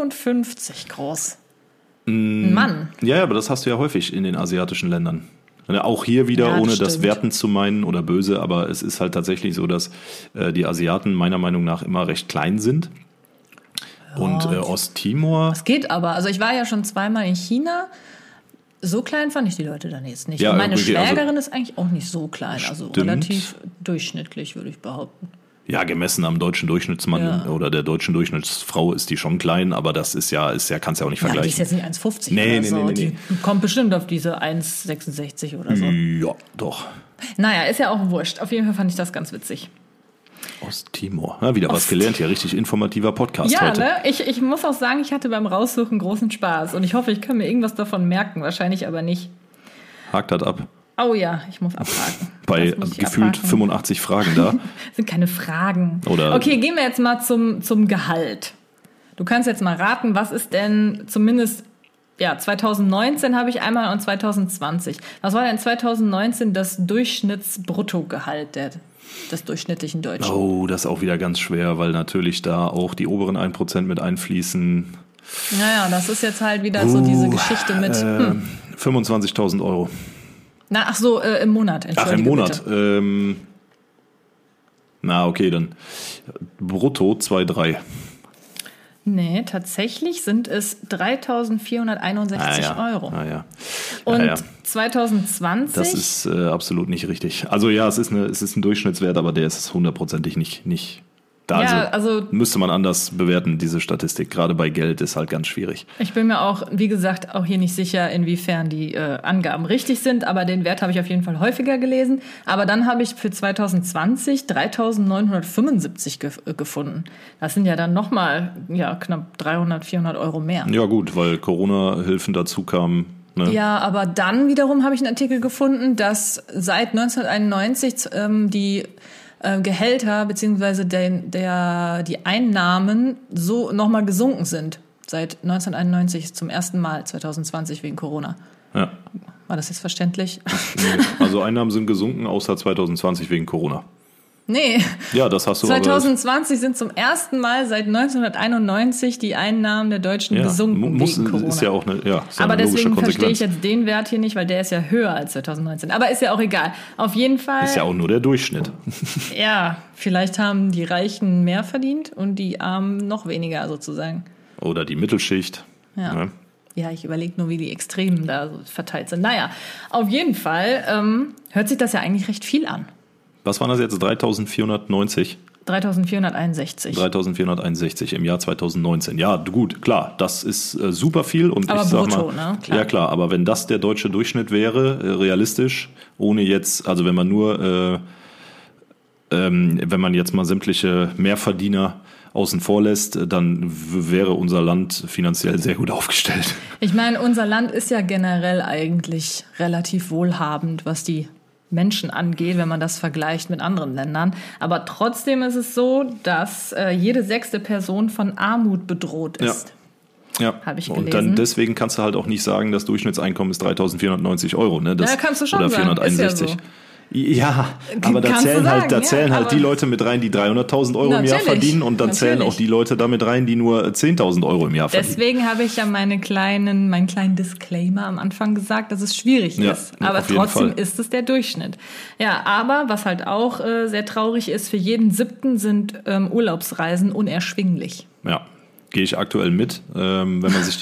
Speaker 2: groß. Ein Mann.
Speaker 1: Ja, aber das hast du ja häufig in den asiatischen Ländern. Ja, auch hier wieder,
Speaker 2: Ja, das
Speaker 1: ohne das
Speaker 2: stimmt.
Speaker 1: wertend zu meinen oder böse, aber es ist halt tatsächlich so, dass die Asiaten meiner Meinung nach immer recht klein sind. Und Osttimor...
Speaker 2: Es geht aber. Also ich war ja schon zweimal in China. So klein fand ich die Leute dann jetzt nicht.
Speaker 1: Ja,
Speaker 2: Und meine
Speaker 1: okay, also-
Speaker 2: Schwägerin ist eigentlich auch nicht so klein. Also
Speaker 1: Stimmt.
Speaker 2: relativ durchschnittlich, würde ich behaupten.
Speaker 1: Ja, gemessen am deutschen Durchschnittsmann
Speaker 2: Ja.
Speaker 1: oder der deutschen Durchschnittsfrau ist die schon klein, aber das kannst du ja auch nicht
Speaker 2: Ja, die ist
Speaker 1: vergleichen.
Speaker 2: jetzt nicht 1,50
Speaker 1: Nee,
Speaker 2: oder
Speaker 1: nee,
Speaker 2: so.
Speaker 1: nee, nee,
Speaker 2: Die kommt bestimmt auf diese 1,66 oder so.
Speaker 1: Ja, doch.
Speaker 2: Naja, ist ja auch wurscht. Auf jeden Fall fand ich das ganz witzig.
Speaker 1: Osttimor. Ja, wieder was gelernt hier. Richtig informativer Podcast heute.
Speaker 2: Ja, ne? Ich muss auch sagen, ich hatte beim Raussuchen großen Spaß. Und ich hoffe, ich kann mir irgendwas davon merken. Wahrscheinlich aber nicht.
Speaker 1: Hakt das ab.
Speaker 2: Oh ja, ich muss abhaken.
Speaker 1: Bei gefühlt 85 Fragen da.
Speaker 2: Das sind keine Fragen.
Speaker 1: Oder
Speaker 2: okay, gehen wir jetzt mal zum Gehalt. Du kannst jetzt mal raten, was ist denn zumindest, 2019 habe ich einmal und 2020. Was war denn 2019 das Durchschnittsbruttogehalt des durchschnittlichen Deutschen?
Speaker 1: Oh, das ist auch wieder ganz schwer, weil natürlich da auch die oberen 1% mit einfließen.
Speaker 2: Naja, das ist jetzt halt wieder so diese Geschichte mit
Speaker 1: 25.000 Euro.
Speaker 2: Na, ach so, im Monat,
Speaker 1: Entschuldige. Ach, im Monat. Okay, dann brutto 2,3.
Speaker 2: Nee, tatsächlich sind es 3.461 Euro.
Speaker 1: Ja.
Speaker 2: Und 2020?
Speaker 1: Das ist absolut nicht richtig. Also ja, es ist ein Durchschnittswert, aber der ist hundertprozentig nicht da. Also müsste man anders bewerten, diese Statistik. Gerade bei Geld ist halt ganz schwierig.
Speaker 2: Ich bin mir auch, wie gesagt, auch hier nicht sicher, inwiefern die Angaben richtig sind, aber den Wert habe ich auf jeden Fall häufiger gelesen. Aber dann habe ich für 2020 3.975 gefunden. Das sind ja dann nochmal knapp 300, 400 Euro mehr.
Speaker 1: Ja gut, weil Corona-Hilfen dazu kamen. Ne?
Speaker 2: Ja, aber dann wiederum habe ich einen Artikel gefunden, dass seit 1991 die Gehälter beziehungsweise die Einnahmen so nochmal gesunken sind. Seit 1991 zum ersten Mal, 2020 wegen Corona.
Speaker 1: Ja.
Speaker 2: War das jetzt verständlich?
Speaker 1: Nee, also Einnahmen sind gesunken, außer 2020 wegen Corona.
Speaker 2: Nee.
Speaker 1: Ja, das hast du
Speaker 2: 2020 sind zum ersten Mal seit 1991 die Einnahmen der Deutschen gesunken wegen Corona.
Speaker 1: Ist ja auch eine,
Speaker 2: aber deswegen verstehe ich jetzt den Wert hier nicht, weil der ist ja höher als 2019. Aber ist ja auch egal. Auf jeden Fall.
Speaker 1: Ist ja auch nur der Durchschnitt.
Speaker 2: Ja, vielleicht haben die Reichen mehr verdient und die Armen noch weniger sozusagen.
Speaker 1: Oder die Mittelschicht.
Speaker 2: Ja. Ne? Ja, ich überlege nur, wie die Extremen da so verteilt sind. Naja, auf jeden Fall hört sich das ja eigentlich recht viel an.
Speaker 1: Was waren das jetzt? 3.490?
Speaker 2: 3.461.
Speaker 1: 3.461 im Jahr 2019. Ja, gut, klar, das ist super viel. Und
Speaker 2: aber
Speaker 1: ich sag
Speaker 2: brutto,
Speaker 1: mal,
Speaker 2: ne? Klar.
Speaker 1: Ja klar, aber wenn das der deutsche Durchschnitt wäre, realistisch, ohne jetzt, also wenn man nur, wenn man jetzt mal sämtliche Mehrverdiener außen vor lässt, dann wäre unser Land finanziell sehr gut aufgestellt.
Speaker 2: Ich meine, unser Land ist ja generell eigentlich relativ wohlhabend, was die Menschen angeht, wenn man das vergleicht mit anderen Ländern. Aber trotzdem ist es so, dass jede 6. Person von Armut bedroht ist.
Speaker 1: Ja.
Speaker 2: Habe ich gelesen.
Speaker 1: Und dann deswegen kannst du halt auch nicht sagen, das Durchschnittseinkommen ist 3.490 Euro. Ne? Das,
Speaker 2: kannst du schon
Speaker 1: oder
Speaker 2: sagen.
Speaker 1: 461.
Speaker 2: Ist ja so.
Speaker 1: Ja, aber da zählen halt die Leute mit rein, die 300.000 Euro im Jahr verdienen und dann zählen auch die Leute damit rein, die nur 10.000 Euro im Jahr verdienen.
Speaker 2: Deswegen habe ich ja meinen kleinen Disclaimer am Anfang gesagt, dass es schwierig ist. Aber trotzdem ist es der Durchschnitt. Ja, aber was halt auch sehr traurig ist, für jeden 7. sind Urlaubsreisen unerschwinglich.
Speaker 1: Ja. Gehe ich aktuell mit, wenn man sich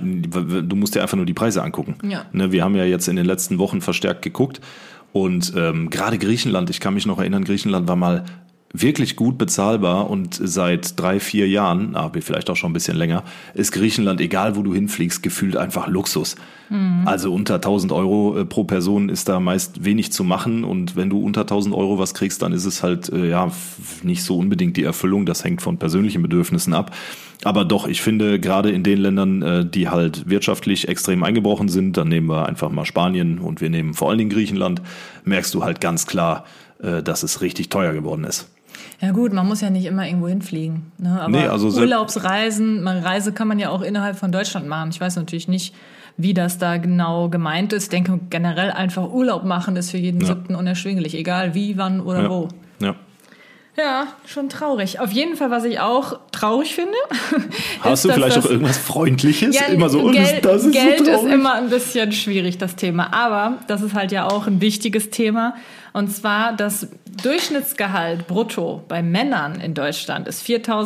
Speaker 1: du musst dir einfach nur die Preise angucken.
Speaker 2: Ja.
Speaker 1: Ne, wir haben ja jetzt in den letzten Wochen verstärkt geguckt und gerade Griechenland, ich kann mich noch erinnern, Griechenland war mal wirklich gut bezahlbar und seit 3-4 Jahren, vielleicht auch schon ein bisschen länger, ist Griechenland, egal wo du hinfliegst, gefühlt einfach Luxus. Mhm. Also unter 1.000 Euro pro Person ist da meist wenig zu machen und wenn du unter 1.000 Euro was kriegst, dann ist es halt nicht so unbedingt die Erfüllung, das hängt von persönlichen Bedürfnissen ab. Aber doch, ich finde, gerade in den Ländern, die halt wirtschaftlich extrem eingebrochen sind, dann nehmen wir einfach mal Spanien und wir nehmen vor allen Dingen Griechenland, merkst du halt ganz klar, dass es richtig teuer geworden ist.
Speaker 2: Ja gut, man muss ja nicht immer irgendwo hinfliegen. Ne? Aber Urlaubsreisen, Reise kann man ja auch innerhalb von Deutschland machen. Ich weiß natürlich nicht, wie das da genau gemeint ist. Ich denke generell einfach Urlaub machen ist für jeden 7. unerschwinglich, egal wie, wann oder wo.
Speaker 1: Ja.
Speaker 2: Ja, schon traurig. Auf jeden Fall, was ich auch traurig finde.
Speaker 1: Hast du vielleicht auch irgendwas Freundliches?
Speaker 2: Ja,
Speaker 1: immer so,
Speaker 2: Geld
Speaker 1: ist
Speaker 2: immer ein bisschen schwierig, das Thema. Aber das ist halt ja auch ein wichtiges Thema. Und zwar das Durchschnittsgehalt brutto bei Männern in Deutschland ist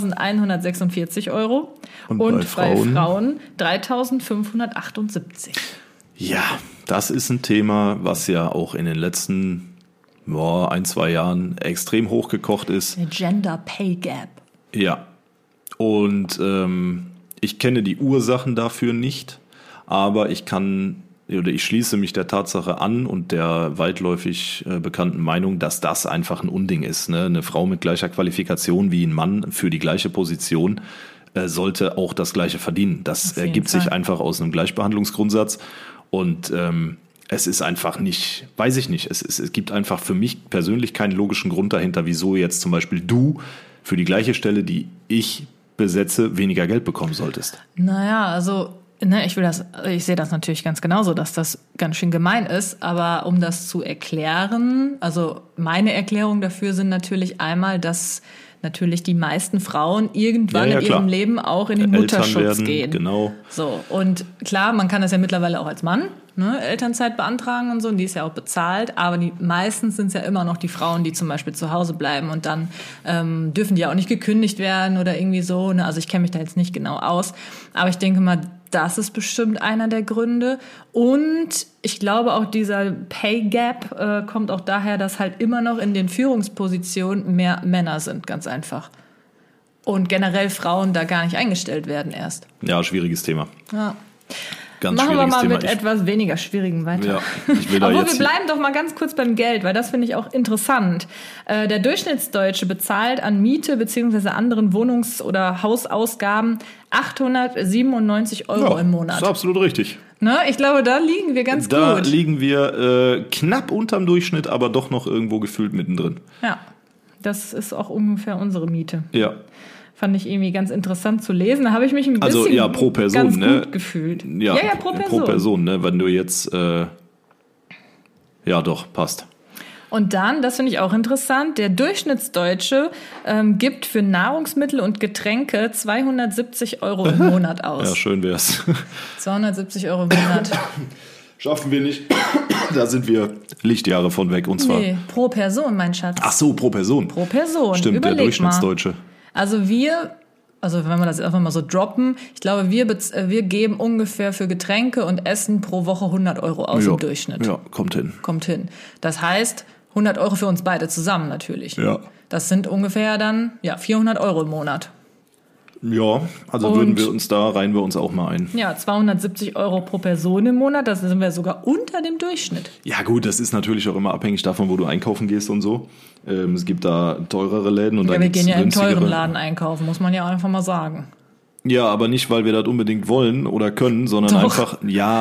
Speaker 2: 4.146 Euro und bei Frauen 3.578.
Speaker 1: Ja, das ist ein Thema, was ja auch in den letzten 1-2 Jahren extrem hochgekocht ist.
Speaker 2: Der Gender Pay Gap.
Speaker 1: Ja, und ich kenne die Ursachen dafür nicht, aber ich kann oder ich schließe mich der Tatsache an und der weitläufig bekannten Meinung, dass das einfach ein Unding ist. Ne? Eine Frau mit gleicher Qualifikation wie ein Mann für die gleiche Position sollte auch das Gleiche verdienen. Das ergibt sich einfach aus einem Gleichbehandlungsgrundsatz und es ist einfach nicht, weiß ich nicht, es gibt einfach für mich persönlich keinen logischen Grund dahinter, wieso jetzt zum Beispiel du für die gleiche Stelle, die ich besetze, weniger Geld bekommen solltest.
Speaker 2: Naja, also ich sehe das natürlich ganz genauso, dass das ganz schön gemein ist, aber um das zu erklären, also meine Erklärung dafür sind natürlich einmal, dass natürlich die meisten Frauen irgendwann in ihrem Leben auch in den Mutterschutz gehen.
Speaker 1: Genau.
Speaker 2: So, und klar, man kann das ja mittlerweile auch als Mann, ne, Elternzeit beantragen und so, und die ist ja auch bezahlt, aber meistens sind es ja immer noch die Frauen, die zum Beispiel zu Hause bleiben und dann dürfen die auch nicht gekündigt werden oder irgendwie so, ne? Also ich kenne mich da jetzt nicht genau aus, aber ich denke mal, das ist bestimmt einer der Gründe. Und ich glaube auch, dieser Pay Gap kommt auch daher, dass halt immer noch in den Führungspositionen mehr Männer sind, ganz einfach. Und generell Frauen da gar nicht eingestellt werden erst.
Speaker 1: Ja, schwieriges Thema.
Speaker 2: Ja.
Speaker 1: Ganz
Speaker 2: Machen wir mal
Speaker 1: Thema.
Speaker 2: mit etwas weniger Schwierigen weiter.
Speaker 1: Ja, ich will da
Speaker 2: Obwohl,
Speaker 1: jetzt
Speaker 2: wir bleiben doch mal ganz kurz beim Geld, weil das finde ich auch interessant. Der Durchschnittsdeutsche bezahlt an Miete bzw. anderen Wohnungs- oder Hausausgaben 897 Euro im Monat.
Speaker 1: Das ist absolut richtig.
Speaker 2: Ne? Ich glaube, da liegen wir ganz gut.
Speaker 1: Da liegen wir knapp unterm Durchschnitt, aber doch noch irgendwo gefühlt mittendrin.
Speaker 2: Ja, das ist auch ungefähr unsere Miete.
Speaker 1: Ja.
Speaker 2: Fand ich irgendwie ganz interessant zu lesen. Da habe ich mich ein bisschen
Speaker 1: also, ja, pro Person,
Speaker 2: ganz
Speaker 1: ne?
Speaker 2: gut gefühlt.
Speaker 1: Ja,
Speaker 2: pro Person.
Speaker 1: Pro Person, ne? Wenn du jetzt, ja doch, passt.
Speaker 2: Und dann, das finde ich auch interessant, der Durchschnittsdeutsche gibt für Nahrungsmittel und Getränke 270 Euro im Monat aus.
Speaker 1: Ja, schön wär's.
Speaker 2: 270 Euro im Monat.
Speaker 1: Schaffen wir nicht. Da sind wir Lichtjahre von weg. Und zwar.
Speaker 2: Nee, pro Person, mein Schatz.
Speaker 1: Ach so, pro Person.
Speaker 2: Pro Person.
Speaker 1: Stimmt,
Speaker 2: Überleg
Speaker 1: der Durchschnittsdeutsche.
Speaker 2: Mal. Also wenn wir das einfach mal so droppen, ich glaube, wir geben ungefähr für Getränke und Essen pro Woche 100 Euro aus im Durchschnitt.
Speaker 1: Ja, kommt hin.
Speaker 2: Das heißt, 100 Euro für uns beide zusammen natürlich.
Speaker 1: Ja.
Speaker 2: Das sind ungefähr dann 400 Euro im Monat.
Speaker 1: Ja, also reihen wir uns auch mal ein.
Speaker 2: Ja, 270 Euro pro Person im Monat, das sind wir sogar unter dem Durchschnitt.
Speaker 1: Ja gut, das ist natürlich auch immer abhängig davon, wo du einkaufen gehst und so. Es gibt da teurere Läden und dann
Speaker 2: wir gehen ja im
Speaker 1: günstigere.
Speaker 2: teuren Laden einkaufen, muss man ja einfach mal sagen.
Speaker 1: Ja, aber nicht, weil wir das unbedingt wollen oder können, sondern
Speaker 2: Doch.
Speaker 1: einfach,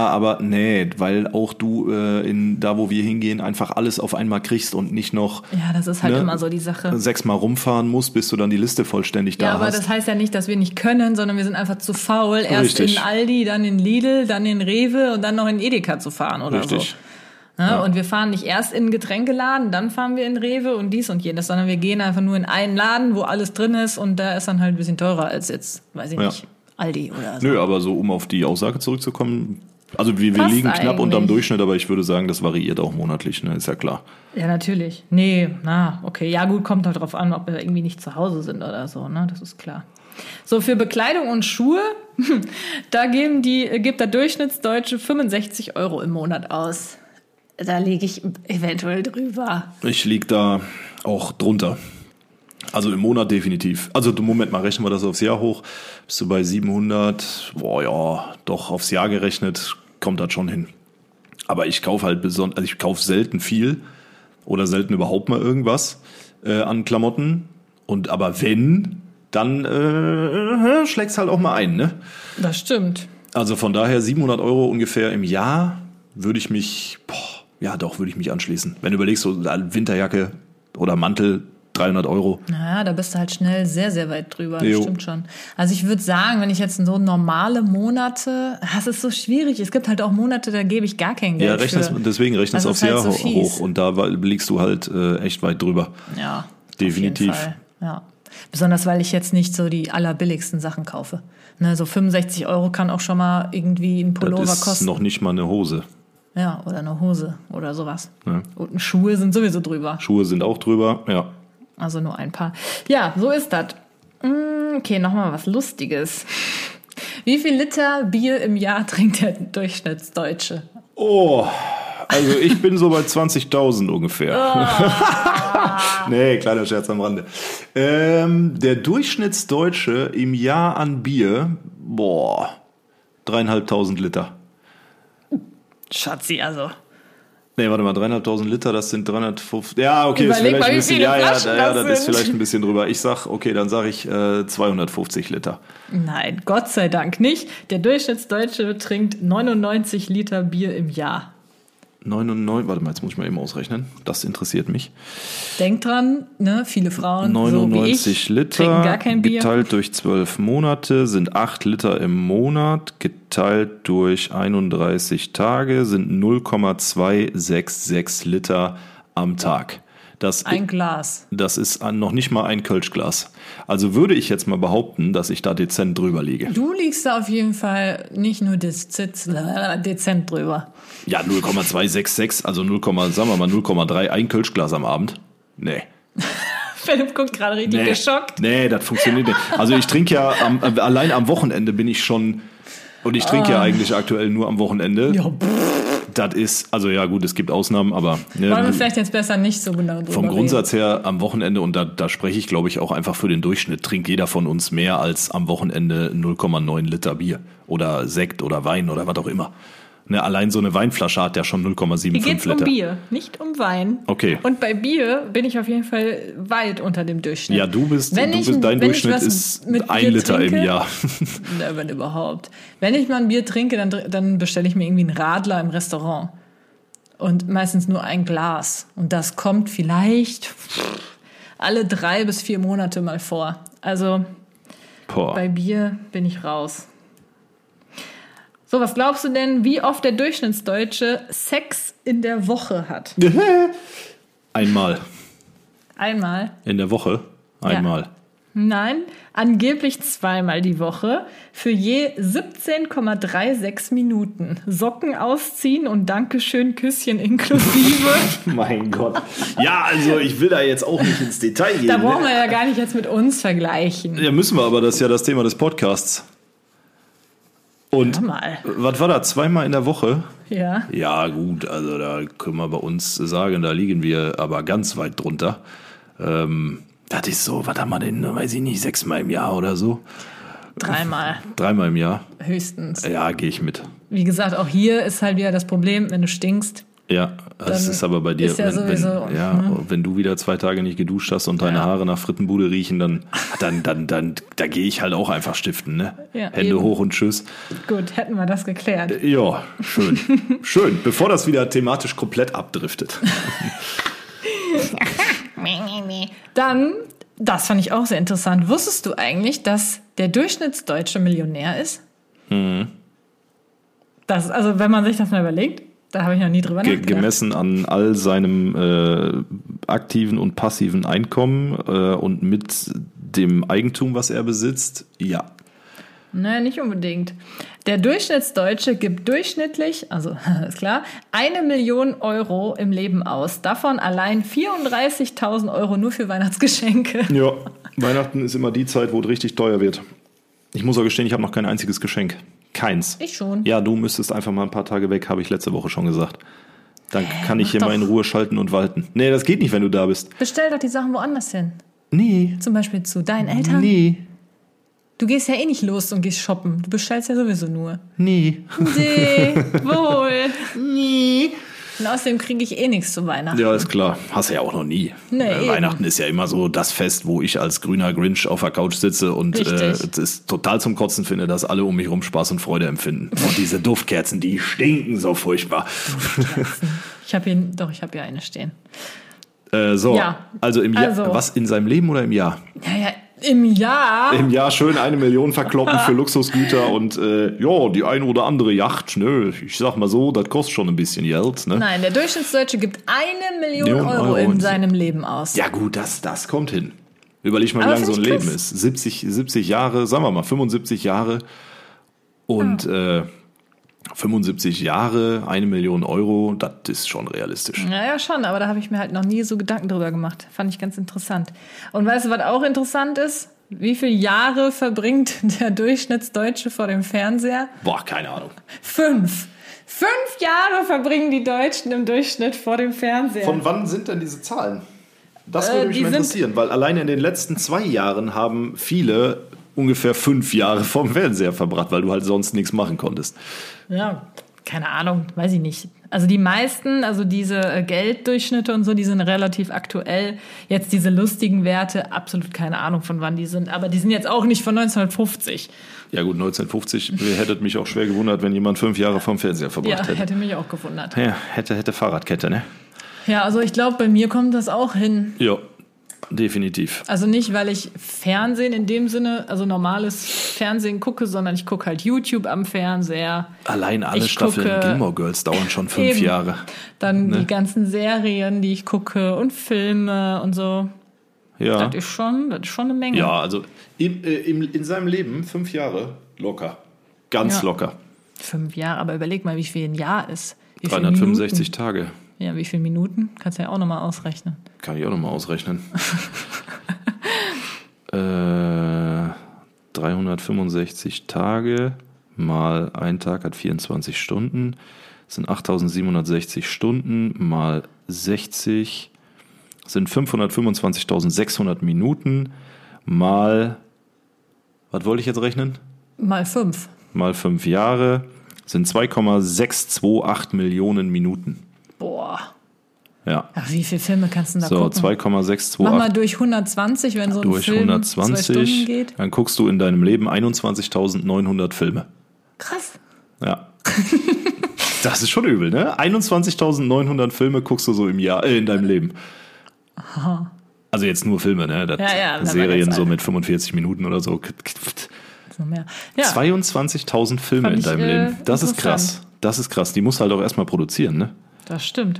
Speaker 1: weil auch du da, wo wir hingehen, einfach alles auf einmal kriegst und nicht noch
Speaker 2: Ja, das ist halt immer so die Sache.
Speaker 1: 6-mal rumfahren musst, bis du dann die Liste vollständig da hast.
Speaker 2: Ja, aber das heißt ja nicht, dass wir nicht können, sondern wir sind einfach zu faul, erst
Speaker 1: Richtig.
Speaker 2: in Aldi, dann in Lidl, dann in Rewe und dann noch in Edeka zu fahren oder
Speaker 1: Richtig.
Speaker 2: so. Ja. Und wir fahren nicht erst in einen Getränkeladen, dann fahren wir in Rewe und dies und jenes, sondern wir gehen einfach nur in einen Laden, wo alles drin ist und da ist dann halt ein bisschen teurer als jetzt, weiß ich nicht, Aldi oder so.
Speaker 1: Nö, aber so, um auf die Aussage zurückzukommen, also wir
Speaker 2: Passt
Speaker 1: liegen knapp
Speaker 2: eigentlich.
Speaker 1: unterm Durchschnitt, aber ich würde sagen, das variiert auch monatlich, ne, ist ja klar.
Speaker 2: Ja, natürlich. Nee, okay. Ja gut, kommt halt drauf an, ob wir irgendwie nicht zu Hause sind oder so, ne, das ist klar. So, für Bekleidung und Schuhe, da gibt der Durchschnittsdeutsche 65 Euro im Monat aus. Da liege ich eventuell drüber.
Speaker 1: Ich lieg da auch drunter. Also im Monat definitiv. Also Moment mal, rechnen wir das aufs Jahr hoch. Bist du bei 700? Doch aufs Jahr gerechnet kommt das schon hin. Aber ich kaufe halt ich kaufe selten viel oder selten überhaupt mal irgendwas an Klamotten. Aber wenn, dann schlägt's halt auch mal ein, ne?
Speaker 2: Das stimmt.
Speaker 1: Also von daher 700 Euro ungefähr im Jahr würde ich mich anschließen. Wenn du überlegst, so Winterjacke oder Mantel, 300 Euro.
Speaker 2: Naja, da bist du halt schnell sehr, sehr weit drüber. Das
Speaker 1: Jo.
Speaker 2: stimmt schon. Also ich würde sagen, wenn ich jetzt so normale Monate, das ist so schwierig. Es gibt halt auch Monate, da gebe ich gar kein Geld
Speaker 1: Deswegen rechnest
Speaker 2: Das
Speaker 1: aufs
Speaker 2: ist halt
Speaker 1: Jahr
Speaker 2: so fies.
Speaker 1: hoch und da liegst du halt echt weit drüber.
Speaker 2: Ja,
Speaker 1: Definitiv.
Speaker 2: Auf jeden Fall. Ja. Besonders, weil ich jetzt nicht so die allerbilligsten Sachen kaufe. Ne, so 65 Euro kann auch schon mal irgendwie ein Pullover
Speaker 1: Das ist
Speaker 2: kosten.
Speaker 1: noch nicht mal eine Hose.
Speaker 2: Ja, oder eine Hose oder sowas.
Speaker 1: Ja.
Speaker 2: Und Schuhe sind sowieso drüber.
Speaker 1: Schuhe sind auch drüber, ja.
Speaker 2: Also nur ein paar. Ja, so ist das. Okay, nochmal was Lustiges. Wie viel Liter Bier im Jahr trinkt der Durchschnittsdeutsche?
Speaker 1: Oh, also ich bin so bei 20.000 ungefähr. Nee, kleiner Scherz am Rande. Der Durchschnittsdeutsche im Jahr an Bier, 3.500 Liter.
Speaker 2: Schatzi, also.
Speaker 1: Nee, warte mal, 3.500 Liter, das sind 350. Ja, okay, ist
Speaker 2: Überleg
Speaker 1: vielleicht
Speaker 2: mal,
Speaker 1: ein
Speaker 2: wie
Speaker 1: bisschen.
Speaker 2: viele
Speaker 1: Ja,
Speaker 2: Flaschen
Speaker 1: das
Speaker 2: das
Speaker 1: ist
Speaker 2: sind.
Speaker 1: vielleicht ein bisschen drüber. Dann sage ich 250 Liter.
Speaker 2: Nein, Gott sei Dank nicht. Der Durchschnittsdeutsche trinkt 99 Liter Bier im Jahr.
Speaker 1: 99, warte mal, jetzt muss ich mal eben ausrechnen. Das interessiert mich.
Speaker 2: Denk dran, ne, viele Frauen,
Speaker 1: 99
Speaker 2: so wie ich,
Speaker 1: Liter
Speaker 2: trinken gar kein Bier.
Speaker 1: geteilt durch 12 Monate sind 8 Liter im Monat, geteilt durch 31 Tage sind 0,266 Liter am Tag.
Speaker 2: Ein Glas.
Speaker 1: Das ist noch nicht mal ein Kölschglas. Also würde ich jetzt mal behaupten, dass ich da dezent drüber liege.
Speaker 2: Du liegst da auf jeden Fall nicht nur dezent drüber.
Speaker 1: Ja, 0,266, also 0,3, ein Kölschglas am Abend. Nee.
Speaker 2: Philipp guckt gerade richtig geschockt.
Speaker 1: Nee, das funktioniert nicht. Also ich trinke ja, allein am Wochenende bin ich schon, und ich trinke ja eigentlich aktuell nur am Wochenende.
Speaker 2: Ja,
Speaker 1: das ist, also ja gut, es gibt Ausnahmen, aber...
Speaker 2: Wollen wir vielleicht jetzt besser nicht so genau drüber
Speaker 1: vom
Speaker 2: reden.
Speaker 1: Grundsatz her am Wochenende, und da spreche ich glaube ich auch einfach für den Durchschnitt, trinkt jeder von uns mehr als am Wochenende 0,9 Liter Bier oder Sekt oder Wein oder was auch immer. Ne, allein so eine Weinflasche hat ja schon 0,75
Speaker 2: Hier geht's
Speaker 1: Liter.
Speaker 2: um Bier, nicht um Wein.
Speaker 1: Okay.
Speaker 2: Und bei Bier bin ich auf jeden Fall weit unter dem Durchschnitt.
Speaker 1: Ja, dein Durchschnitt ist 1 Liter im Jahr.
Speaker 2: Na, wenn überhaupt. Wenn ich mal ein Bier trinke, dann bestelle ich mir irgendwie einen Radler im Restaurant. Und meistens nur ein Glas. Und das kommt vielleicht alle 3 bis 4 Monate mal vor. Also bei Bier bin ich raus. So, was glaubst du denn, wie oft der Durchschnittsdeutsche Sex in der Woche hat?
Speaker 1: Einmal.
Speaker 2: Einmal?
Speaker 1: In der Woche? Einmal.
Speaker 2: Ja. Nein, angeblich 2-mal die Woche für je 17,36 Minuten. Socken ausziehen und Dankeschön, Küsschen inklusive.
Speaker 1: Mein Gott. Ja, also ich will da jetzt auch nicht ins Detail gehen.
Speaker 2: Da brauchen wir ja gar nicht jetzt mit uns vergleichen.
Speaker 1: Ja, müssen wir, aber das ist ja das Thema des Podcasts. Und was war da, 2-mal in der Woche?
Speaker 2: Ja.
Speaker 1: Ja, gut, also da können wir bei uns sagen, da liegen wir aber ganz weit drunter. Das ist so, was haben wir denn, weiß ich nicht, 6-mal im Jahr oder so?
Speaker 2: 3-mal.
Speaker 1: 3-mal im Jahr?
Speaker 2: Höchstens.
Speaker 1: Ja, gehe ich mit.
Speaker 2: Wie gesagt, auch hier ist halt wieder das Problem, wenn du stinkst.
Speaker 1: Ja, das ist aber bei dir,
Speaker 2: ist ja sowieso,
Speaker 1: wenn du wieder 2 Tage nicht geduscht hast und deine Haare nach Frittenbude riechen, dann da gehe ich halt auch einfach stiften, ne?
Speaker 2: Ja,
Speaker 1: Hände
Speaker 2: eben.
Speaker 1: hoch und tschüss.
Speaker 2: Gut, hätten wir das geklärt.
Speaker 1: Ja, schön. Schön, bevor das wieder thematisch komplett abdriftet.
Speaker 2: Dann, das fand ich auch sehr interessant. Wusstest du eigentlich, dass der Durchschnittsdeutsche Millionär ist? Das, also wenn man sich das mal überlegt, da habe ich noch nie drüber nachgedacht.
Speaker 1: Gemessen an all seinem aktiven und passiven Einkommen und mit dem Eigentum, was er besitzt, ja.
Speaker 2: Naja, nicht unbedingt. Der Durchschnittsdeutsche gibt durchschnittlich, also ist klar, 1 Million Euro im Leben aus. Davon allein 34.000 Euro nur für Weihnachtsgeschenke.
Speaker 1: Ja, Weihnachten ist immer die Zeit, wo es richtig teuer wird. Ich muss auch gestehen, ich habe noch kein einziges Geschenk. Keins.
Speaker 2: Ich schon.
Speaker 1: Ja, du müsstest einfach mal ein paar Tage weg, habe ich letzte Woche schon gesagt. Dann kann ich hier mal in Ruhe schalten und walten. Nee, das geht nicht, wenn du da bist.
Speaker 2: Bestell doch die Sachen woanders hin.
Speaker 1: Nee.
Speaker 2: Zum Beispiel zu deinen Eltern.
Speaker 1: Nee.
Speaker 2: Du gehst ja eh nicht los und gehst shoppen. Du bestellst ja sowieso nur.
Speaker 1: Nee.
Speaker 2: Nee, wohl.
Speaker 1: Nee.
Speaker 2: Und außerdem kriege ich eh nichts zu Weihnachten.
Speaker 1: Ja, ist klar. Hast du ja auch noch nie.
Speaker 2: Nee,
Speaker 1: Weihnachten ist ja immer so das Fest, wo ich als grüner Grinch auf der Couch sitze und es total zum Kotzen finde, dass alle um mich rum Spaß und Freude empfinden. Und diese Duftkerzen, die stinken so furchtbar.
Speaker 2: Ich habe hier eine stehen.
Speaker 1: Also im Jahr, was, in seinem Leben oder im Jahr?
Speaker 2: Ja, im Jahr.
Speaker 1: Im Jahr schön 1 Million verkloppen für Luxusgüter und die eine oder andere Yacht, ne? Ich sag mal so, das kostet schon ein bisschen Geld, ne?
Speaker 2: Nein, der Durchschnittsdeutsche gibt 1 Million Euro in seinem Leben aus.
Speaker 1: Ja gut, das kommt hin. Überleg mal, wie lang so ein Leben ist. 70 Jahre, sagen wir mal 75 Jahre und 75 Jahre, 1 Million Euro, das ist schon realistisch.
Speaker 2: Ja, schon, aber da habe ich mir halt noch nie so Gedanken drüber gemacht. Fand ich ganz interessant. Und weißt du, was auch interessant ist? Wie viele Jahre verbringt der Durchschnittsdeutsche vor dem Fernseher?
Speaker 1: Boah, keine Ahnung.
Speaker 2: 5. 5 Jahre verbringen die Deutschen im Durchschnitt vor dem Fernseher.
Speaker 1: Von wann sind denn diese Zahlen? Das würde mich mal interessieren, weil alleine in den letzten 2 Jahren haben viele ungefähr 5 Jahre vorm Fernseher verbracht, weil du halt sonst nichts machen konntest.
Speaker 2: Ja, keine Ahnung, weiß ich nicht. Also die meisten, also diese Gelddurchschnitte und so, die sind relativ aktuell. Jetzt diese lustigen Werte, absolut keine Ahnung, von wann die sind. Aber die sind jetzt auch nicht von 1950.
Speaker 1: Ja gut, 1950 hätte mich auch schwer gewundert, wenn jemand 5 Jahre vom Fernseher verbracht hätte.
Speaker 2: Ja, hätte mich auch gewundert.
Speaker 1: Ja, hätte Fahrradkette, ne?
Speaker 2: Ja, also ich glaube, bei mir kommt das auch hin.
Speaker 1: Ja, definitiv.
Speaker 2: Also nicht, weil ich Fernsehen in dem Sinne, also normales Fernsehen gucke, sondern ich gucke halt YouTube am Fernseher.
Speaker 1: Allein alle Staffeln Gilmore Girls dauern schon 5 Jahre.
Speaker 2: Dann die ganzen Serien, die ich gucke und Filme und so.
Speaker 1: Ja.
Speaker 2: Das ist schon eine Menge.
Speaker 1: Ja, also in seinem Leben 5 Jahre locker. Ganz locker.
Speaker 2: 5 Jahre, aber überleg mal, wie viel ein Jahr ist. Wie
Speaker 1: 365 Tage.
Speaker 2: Ja, wie viele Minuten? Kannst du ja auch nochmal ausrechnen.
Speaker 1: Kann ich auch nochmal ausrechnen. 365 Tage mal ein Tag hat 24 Stunden. Das sind 8760 Stunden mal 60 sind 525.600 Minuten mal, was wollte ich jetzt rechnen?
Speaker 2: Mal 5.
Speaker 1: Mal 5 Jahre sind 2,628 Millionen Minuten.
Speaker 2: Boah.
Speaker 1: Ja.
Speaker 2: Ach, wie viele Filme kannst du da
Speaker 1: so,
Speaker 2: gucken?
Speaker 1: 2,628.
Speaker 2: Mach mal durch 120, wenn so ein
Speaker 1: durch
Speaker 2: Film
Speaker 1: 120,
Speaker 2: 2 Stunden geht.
Speaker 1: Dann guckst du in deinem Leben 21.900 Filme.
Speaker 2: Krass.
Speaker 1: Ja. Das ist schon übel, ne? 21.900 Filme guckst du so im Jahr, in deinem Leben.
Speaker 2: Aha.
Speaker 1: Also jetzt nur Filme, ne? Das Serien so mit 45 Minuten oder so.
Speaker 2: So mehr. Ja.
Speaker 1: 22.000 Filme in deinem Leben. Das ist krass. Das ist krass. Die musst du halt auch erstmal produzieren, ne?
Speaker 2: Das stimmt.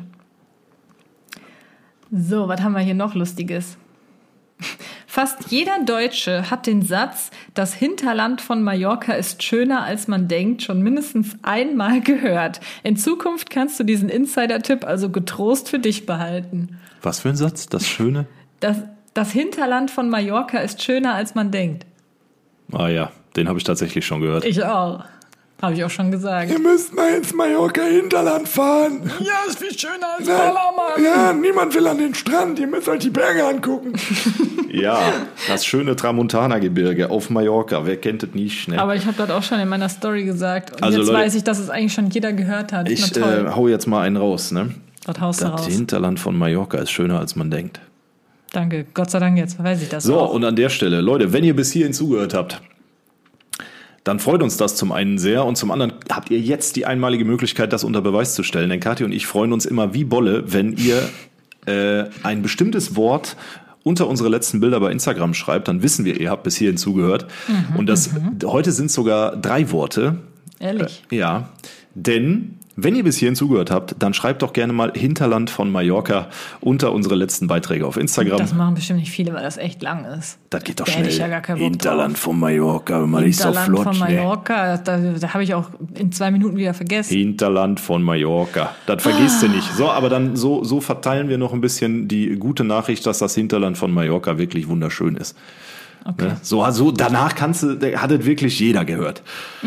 Speaker 2: So, was haben wir hier noch Lustiges? Fast jeder Deutsche hat den Satz, das Hinterland von Mallorca ist schöner als man denkt, schon mindestens einmal gehört. In Zukunft kannst du diesen Insider-Tipp also getrost für dich behalten.
Speaker 1: Was für ein Satz? Das Schöne?
Speaker 2: Das Hinterland von Mallorca ist schöner als man denkt.
Speaker 1: Ah ja, den habe ich tatsächlich schon gehört.
Speaker 2: Ich auch. Habe ich auch schon gesagt.
Speaker 1: Wir müssen mal ins Mallorca-Hinterland fahren.
Speaker 2: Ja, ist viel schöner als Ballermann.
Speaker 1: Ja, niemand will an den Strand, ihr müsst euch die Berge angucken. Ja, das schöne Tramontana-Gebirge auf Mallorca, wer kennt es nicht? Ne?
Speaker 2: Aber ich habe das auch schon in meiner Story gesagt. Und
Speaker 1: also
Speaker 2: jetzt
Speaker 1: Leute,
Speaker 2: weiß ich, dass es eigentlich schon jeder gehört hat.
Speaker 1: Ich hau jetzt mal einen raus. Ne?
Speaker 2: Was haust du raus?
Speaker 1: Das Hinterland von Mallorca ist schöner, als man denkt.
Speaker 2: Danke, Gott sei Dank, jetzt weiß ich das
Speaker 1: so,
Speaker 2: auch.
Speaker 1: Und an der Stelle, Leute, wenn ihr bis hierhin zugehört habt, dann freut uns das zum einen sehr und zum anderen habt ihr jetzt die einmalige Möglichkeit, das unter Beweis zu stellen. Denn Kathi und ich freuen uns immer wie Bolle, wenn ihr ein bestimmtes Wort unter unsere letzten Bilder bei Instagram schreibt. Dann wissen wir, ihr habt bis hierhin zugehört. Und heute sind sogar 3 Worte.
Speaker 2: Ehrlich?
Speaker 1: Ja, denn wenn ihr bis hierhin zugehört habt, dann schreibt doch gerne mal Hinterland von Mallorca unter unsere letzten Beiträge auf Instagram.
Speaker 2: Das machen bestimmt nicht viele, weil das echt lang ist.
Speaker 1: Das geht doch
Speaker 2: da
Speaker 1: schnell.
Speaker 2: Hätte ich ja gar keinen Bock
Speaker 1: Hinterland
Speaker 2: drauf.
Speaker 1: von Mallorca, man ist so flott.
Speaker 2: Hinterland von Mallorca, da habe ich auch in 2 Minuten wieder vergessen.
Speaker 1: Hinterland von Mallorca, das vergisst du nicht. So, aber dann so verteilen wir noch ein bisschen die gute Nachricht, dass das Hinterland von Mallorca wirklich wunderschön ist.
Speaker 2: Okay.
Speaker 1: Ne? So danach hat es wirklich jeder gehört.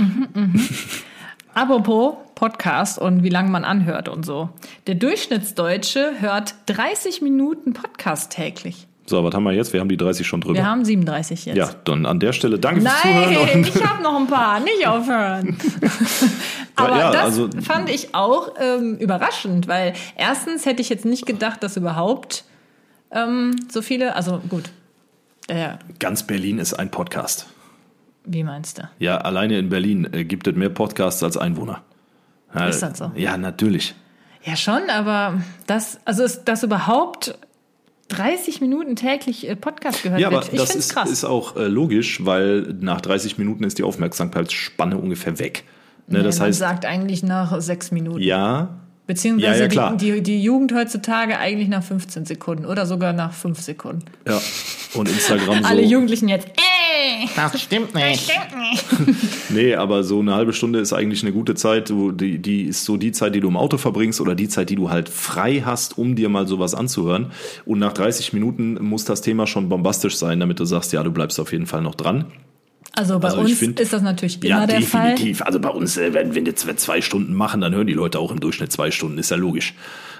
Speaker 2: Apropos Podcast und wie lange man anhört und so. Der Durchschnittsdeutsche hört 30 Minuten Podcast täglich.
Speaker 1: So, was haben wir jetzt? Wir haben die 30 schon drüber.
Speaker 2: Wir haben 37 jetzt.
Speaker 1: Ja, dann an der Stelle danke fürs
Speaker 2: Zuhören.
Speaker 1: Zuhören.
Speaker 2: Nein, ich habe noch ein paar. Nicht aufhören. Aber
Speaker 1: ja,
Speaker 2: das fand ich auch überraschend, weil erstens hätte ich jetzt nicht gedacht, dass überhaupt so viele, also gut.
Speaker 1: Ganz Berlin ist ein Podcast.
Speaker 2: Wie meinst du?
Speaker 1: Ja, alleine in Berlin gibt es mehr Podcasts als Einwohner.
Speaker 2: Ist das so?
Speaker 1: Ja, natürlich.
Speaker 2: Ja, schon, aber dass überhaupt 30 Minuten täglich Podcast gehört wird, ich finde es krass.
Speaker 1: Das ist auch logisch, weil nach 30 Minuten ist die Aufmerksamkeitsspanne ungefähr weg. Ne, das heißt,
Speaker 2: man sagt eigentlich nach 6 Minuten.
Speaker 1: Ja.
Speaker 2: Beziehungsweise
Speaker 1: ja,
Speaker 2: die Jugend heutzutage eigentlich nach 15 Sekunden oder sogar nach 5 Sekunden.
Speaker 1: Ja, und Instagram so.
Speaker 2: Alle Jugendlichen jetzt,
Speaker 3: das stimmt nicht.
Speaker 1: Nee, aber so eine halbe Stunde ist eigentlich eine gute Zeit. Die ist so die Zeit, die du im Auto verbringst oder die Zeit, die du halt frei hast, um dir mal sowas anzuhören. Und nach 30 Minuten muss das Thema schon bombastisch sein, damit du sagst, ja, du bleibst auf jeden Fall noch dran.
Speaker 2: Also bei uns ist das natürlich immer der Fall.
Speaker 1: Ja, definitiv. Also bei uns, wenn wir 2 Stunden machen, dann hören die Leute auch im Durchschnitt 2 Stunden, ist ja logisch.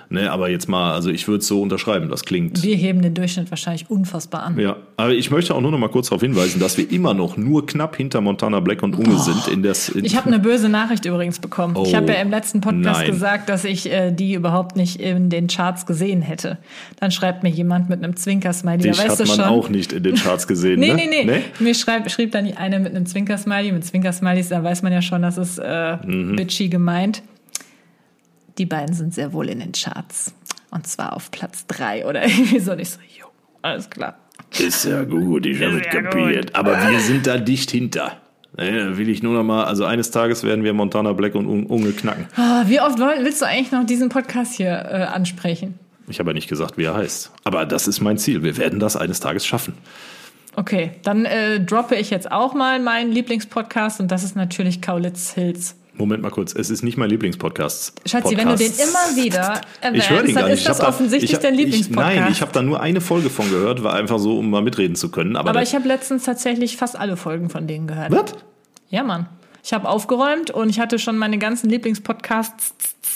Speaker 1: Ne, aber jetzt mal, also ich würde es so unterschreiben, das klingt...
Speaker 2: Wir heben den Durchschnitt wahrscheinlich unfassbar an.
Speaker 1: Ja, aber ich möchte auch nur noch mal kurz darauf hinweisen, dass wir immer noch nur knapp hinter Montana Black und Unge sind.
Speaker 2: Ich habe eine böse Nachricht übrigens bekommen. Ich habe ja im letzten Podcast
Speaker 1: nein.
Speaker 2: gesagt, dass ich die überhaupt nicht in den Charts gesehen hätte. Dann schreibt mir jemand mit einem Zwinker-Smiley.
Speaker 1: Dich hat man auch nicht in den Charts gesehen, ne?
Speaker 2: Nee. Mir schrieb dann eine mit einem Zwinker-Smiley. Mit Zwinker-Smileys, da weiß man ja schon, dass es bitchy gemeint. Die beiden sind sehr wohl in den Charts. Und zwar auf Platz 3 oder irgendwie so. Und ich so, jo, alles klar.
Speaker 1: Ist ja gut, ich habe es kapiert. Aber wir sind da dicht hinter. Will ich nur noch mal, also eines Tages werden wir Montana Black und Unge knacken.
Speaker 2: Wie oft willst du eigentlich noch diesen Podcast hier ansprechen?
Speaker 1: Ich habe ja nicht gesagt, wie er heißt. Aber das ist mein Ziel. Wir werden das eines Tages schaffen.
Speaker 2: Okay, dann droppe ich jetzt auch mal meinen Lieblingspodcast und das ist natürlich Kaulitz Hills.
Speaker 1: Moment mal kurz, es ist nicht mein Lieblingspodcast.
Speaker 2: Schatzi, wenn du den immer wieder
Speaker 1: erwähnst, dann ist das
Speaker 2: offensichtlich dein Lieblingspodcast.
Speaker 1: Nein, ich habe da nur eine Folge von gehört, war einfach so, um mal mitreden zu können. Aber
Speaker 2: ich habe letztens tatsächlich fast alle Folgen von denen gehört.
Speaker 1: Was?
Speaker 2: Ja, Mann. Ich habe aufgeräumt und ich hatte schon meine ganzen Lieblingspodcasts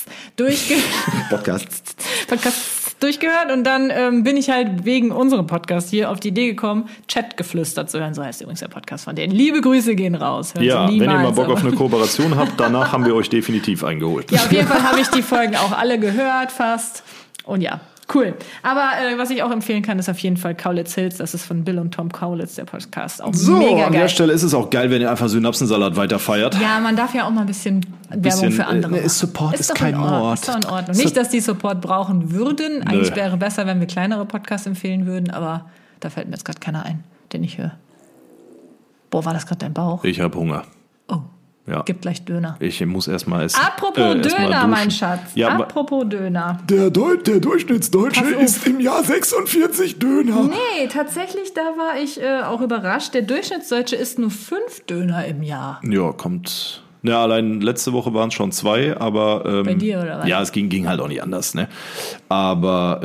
Speaker 2: durchgehört und dann bin ich halt wegen unserem Podcast hier auf die Idee gekommen, Chatgeflüster zu hören. So heißt übrigens der Podcast von denen. Liebe Grüße gehen raus. Hören
Speaker 1: ja,
Speaker 2: Sie niemals,
Speaker 1: wenn ihr mal Bock auf eine Kooperation habt, danach haben wir euch definitiv eingeholt.
Speaker 2: Ja, auf jeden Fall habe ich die Folgen auch alle gehört fast. Und ja, cool. Aber was ich auch empfehlen kann, ist auf jeden Fall Kaulitz Hills. Das ist von Bill und Tom Kaulitz, der Podcast. Auch
Speaker 1: so,
Speaker 2: mega geil.
Speaker 1: An der Stelle ist es auch geil, wenn ihr einfach Synapsensalat weiter feiert.
Speaker 2: Ja, man darf ja auch mal ein bisschen Werbung für andere
Speaker 1: Support ist kein Mord.
Speaker 2: Ist doch in Ordnung. Nicht, dass die Support brauchen würden. Eigentlich wäre besser, wenn wir kleinere Podcasts empfehlen würden. Aber da fällt mir jetzt gerade keiner ein, den ich höre. Boah, war das gerade dein Bauch?
Speaker 1: Ich habe Hunger.
Speaker 2: Oh.
Speaker 1: Ja.
Speaker 2: Gibt gleich Döner.
Speaker 1: Ich muss erstmal essen.
Speaker 2: Apropos Döner, mein Schatz. Ja, apropos Döner.
Speaker 1: Der Durchschnittsdeutsche isst im Jahr 46 Döner.
Speaker 2: Nee, tatsächlich, da war ich auch überrascht. Der Durchschnittsdeutsche isst nur 5 Döner im Jahr.
Speaker 1: Ja, kommt... Ja, allein letzte Woche waren es schon 2, aber...
Speaker 2: Bei dir oder was?
Speaker 1: Ja, es ging halt auch nicht anders, ne? Aber,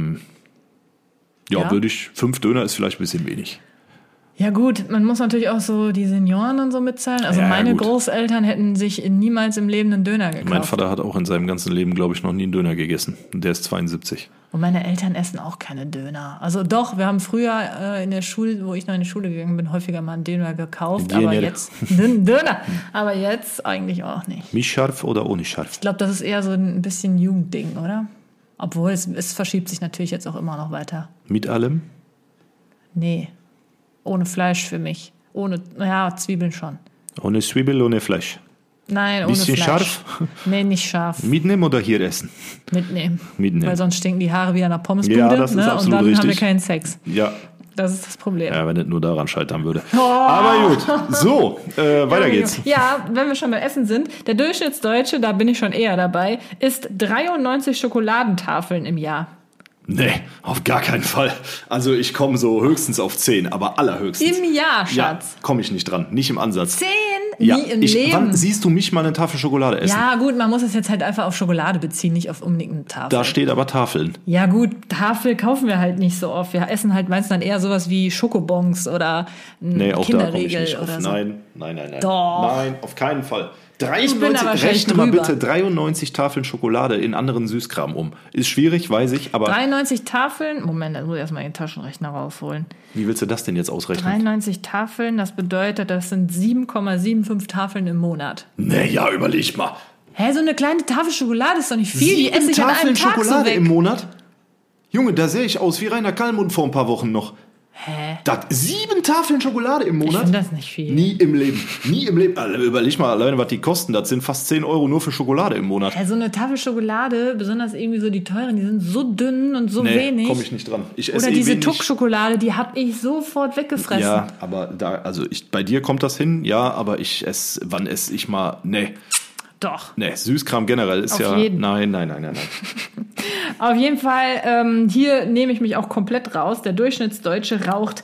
Speaker 1: würde ich... 5 Döner ist vielleicht ein bisschen wenig.
Speaker 2: Ja gut, man muss natürlich auch so die Senioren und so mitzahlen. Also
Speaker 1: ja,
Speaker 2: meine
Speaker 1: gut.
Speaker 2: Großeltern hätten sich niemals im Leben einen Döner gekauft.
Speaker 1: Mein Vater hat auch in seinem ganzen Leben, glaube ich, noch nie einen Döner gegessen. Der ist 72.
Speaker 2: Und meine Eltern essen auch keine Döner. Also doch, wir haben früher in der Schule, wo ich noch in die Schule gegangen bin, häufiger mal einen Döner gekauft. Aber jetzt Döner. Aber jetzt eigentlich auch nicht.
Speaker 1: Mit scharf oder ohne scharf?
Speaker 2: Ich glaube, das ist eher so ein bisschen Jugendding, oder? Obwohl, es verschiebt sich natürlich jetzt auch immer noch weiter.
Speaker 1: Mit allem?
Speaker 2: Nee. Ohne Fleisch für mich. Zwiebeln schon.
Speaker 1: Ohne Zwiebel, ohne Fleisch.
Speaker 2: Nein, ohne
Speaker 1: Bisschen
Speaker 2: Fleisch.
Speaker 1: Scharf?
Speaker 2: Nee, nicht scharf.
Speaker 1: Mitnehmen oder hier essen?
Speaker 2: Mitnehmen. Weil sonst stinken die Haare wieder nach Pommesbude.
Speaker 1: Ja, das ist absolut
Speaker 2: und dann
Speaker 1: richtig.
Speaker 2: haben wir keinen Sex.
Speaker 1: Ja.
Speaker 2: Das ist das Problem.
Speaker 1: Ja, wenn es nur daran scheitern würde. Oh. Aber gut. So, weiter geht's.
Speaker 2: Ja, wenn wir schon beim Essen sind. Der Durchschnittsdeutsche, da bin ich schon eher dabei, isst 93 Schokoladentafeln im Jahr.
Speaker 1: Nee, auf gar keinen Fall. Also ich komme so höchstens auf 10, aber allerhöchstens.
Speaker 2: Im Jahr, Schatz.
Speaker 1: Ja, komme ich nicht dran. Nicht im Ansatz.
Speaker 2: 10?
Speaker 1: Ja.
Speaker 2: Nie im Leben.
Speaker 1: Wann siehst du mich mal eine Tafel Schokolade essen?
Speaker 2: Ja gut, man muss es jetzt halt einfach auf Schokolade beziehen, nicht auf unbedingt eine Tafel.
Speaker 1: Da steht aber Tafeln.
Speaker 2: Ja gut, Tafel kaufen wir halt nicht so oft. Wir essen halt meistens dann eher sowas wie Schokobons oder Kinderriegel oder so.
Speaker 1: Nein.
Speaker 2: Doch.
Speaker 1: Nein, auf keinen Fall. 93, rechne mal bitte 93 Tafeln Schokolade in anderen Süßkram um. Ist schwierig, weiß ich, aber...
Speaker 2: 93 Tafeln? Moment, dann muss ich erstmal den Taschenrechner rausholen.
Speaker 1: Wie willst du das denn jetzt ausrechnen?
Speaker 2: 93 Tafeln, das bedeutet, das sind 7,75 Tafeln im Monat.
Speaker 1: Nee, ja, überleg mal.
Speaker 2: Hä, so eine kleine Tafel Schokolade ist doch nicht viel. Die esse ich an einem Tag
Speaker 1: Schokolade
Speaker 2: so weg.
Speaker 1: Im Monat? Junge, da sehe ich aus wie Rainer Kallmund vor ein paar Wochen noch.
Speaker 2: Hä?
Speaker 1: 7 Tafeln Schokolade im Monat?
Speaker 2: Ich finde das nicht viel.
Speaker 1: Nie im Leben. Also, überleg mal alleine, was die kosten. Das sind fast 10 Euro nur für Schokolade im Monat.
Speaker 2: So eine Tafel Schokolade, besonders irgendwie so die teuren, die sind so dünn und so wenig.
Speaker 1: Komme ich nicht dran.
Speaker 2: Oder diese Tuck-Schokolade, die habe ich sofort weggefressen.
Speaker 1: Ja, aber bei dir kommt das hin, ja, aber wann esse ich mal,
Speaker 2: Doch.
Speaker 1: Süßkram generell ist
Speaker 2: Auf jeden.
Speaker 1: Nein.
Speaker 2: Auf jeden Fall, hier nehme ich mich auch komplett raus. Der Durchschnittsdeutsche raucht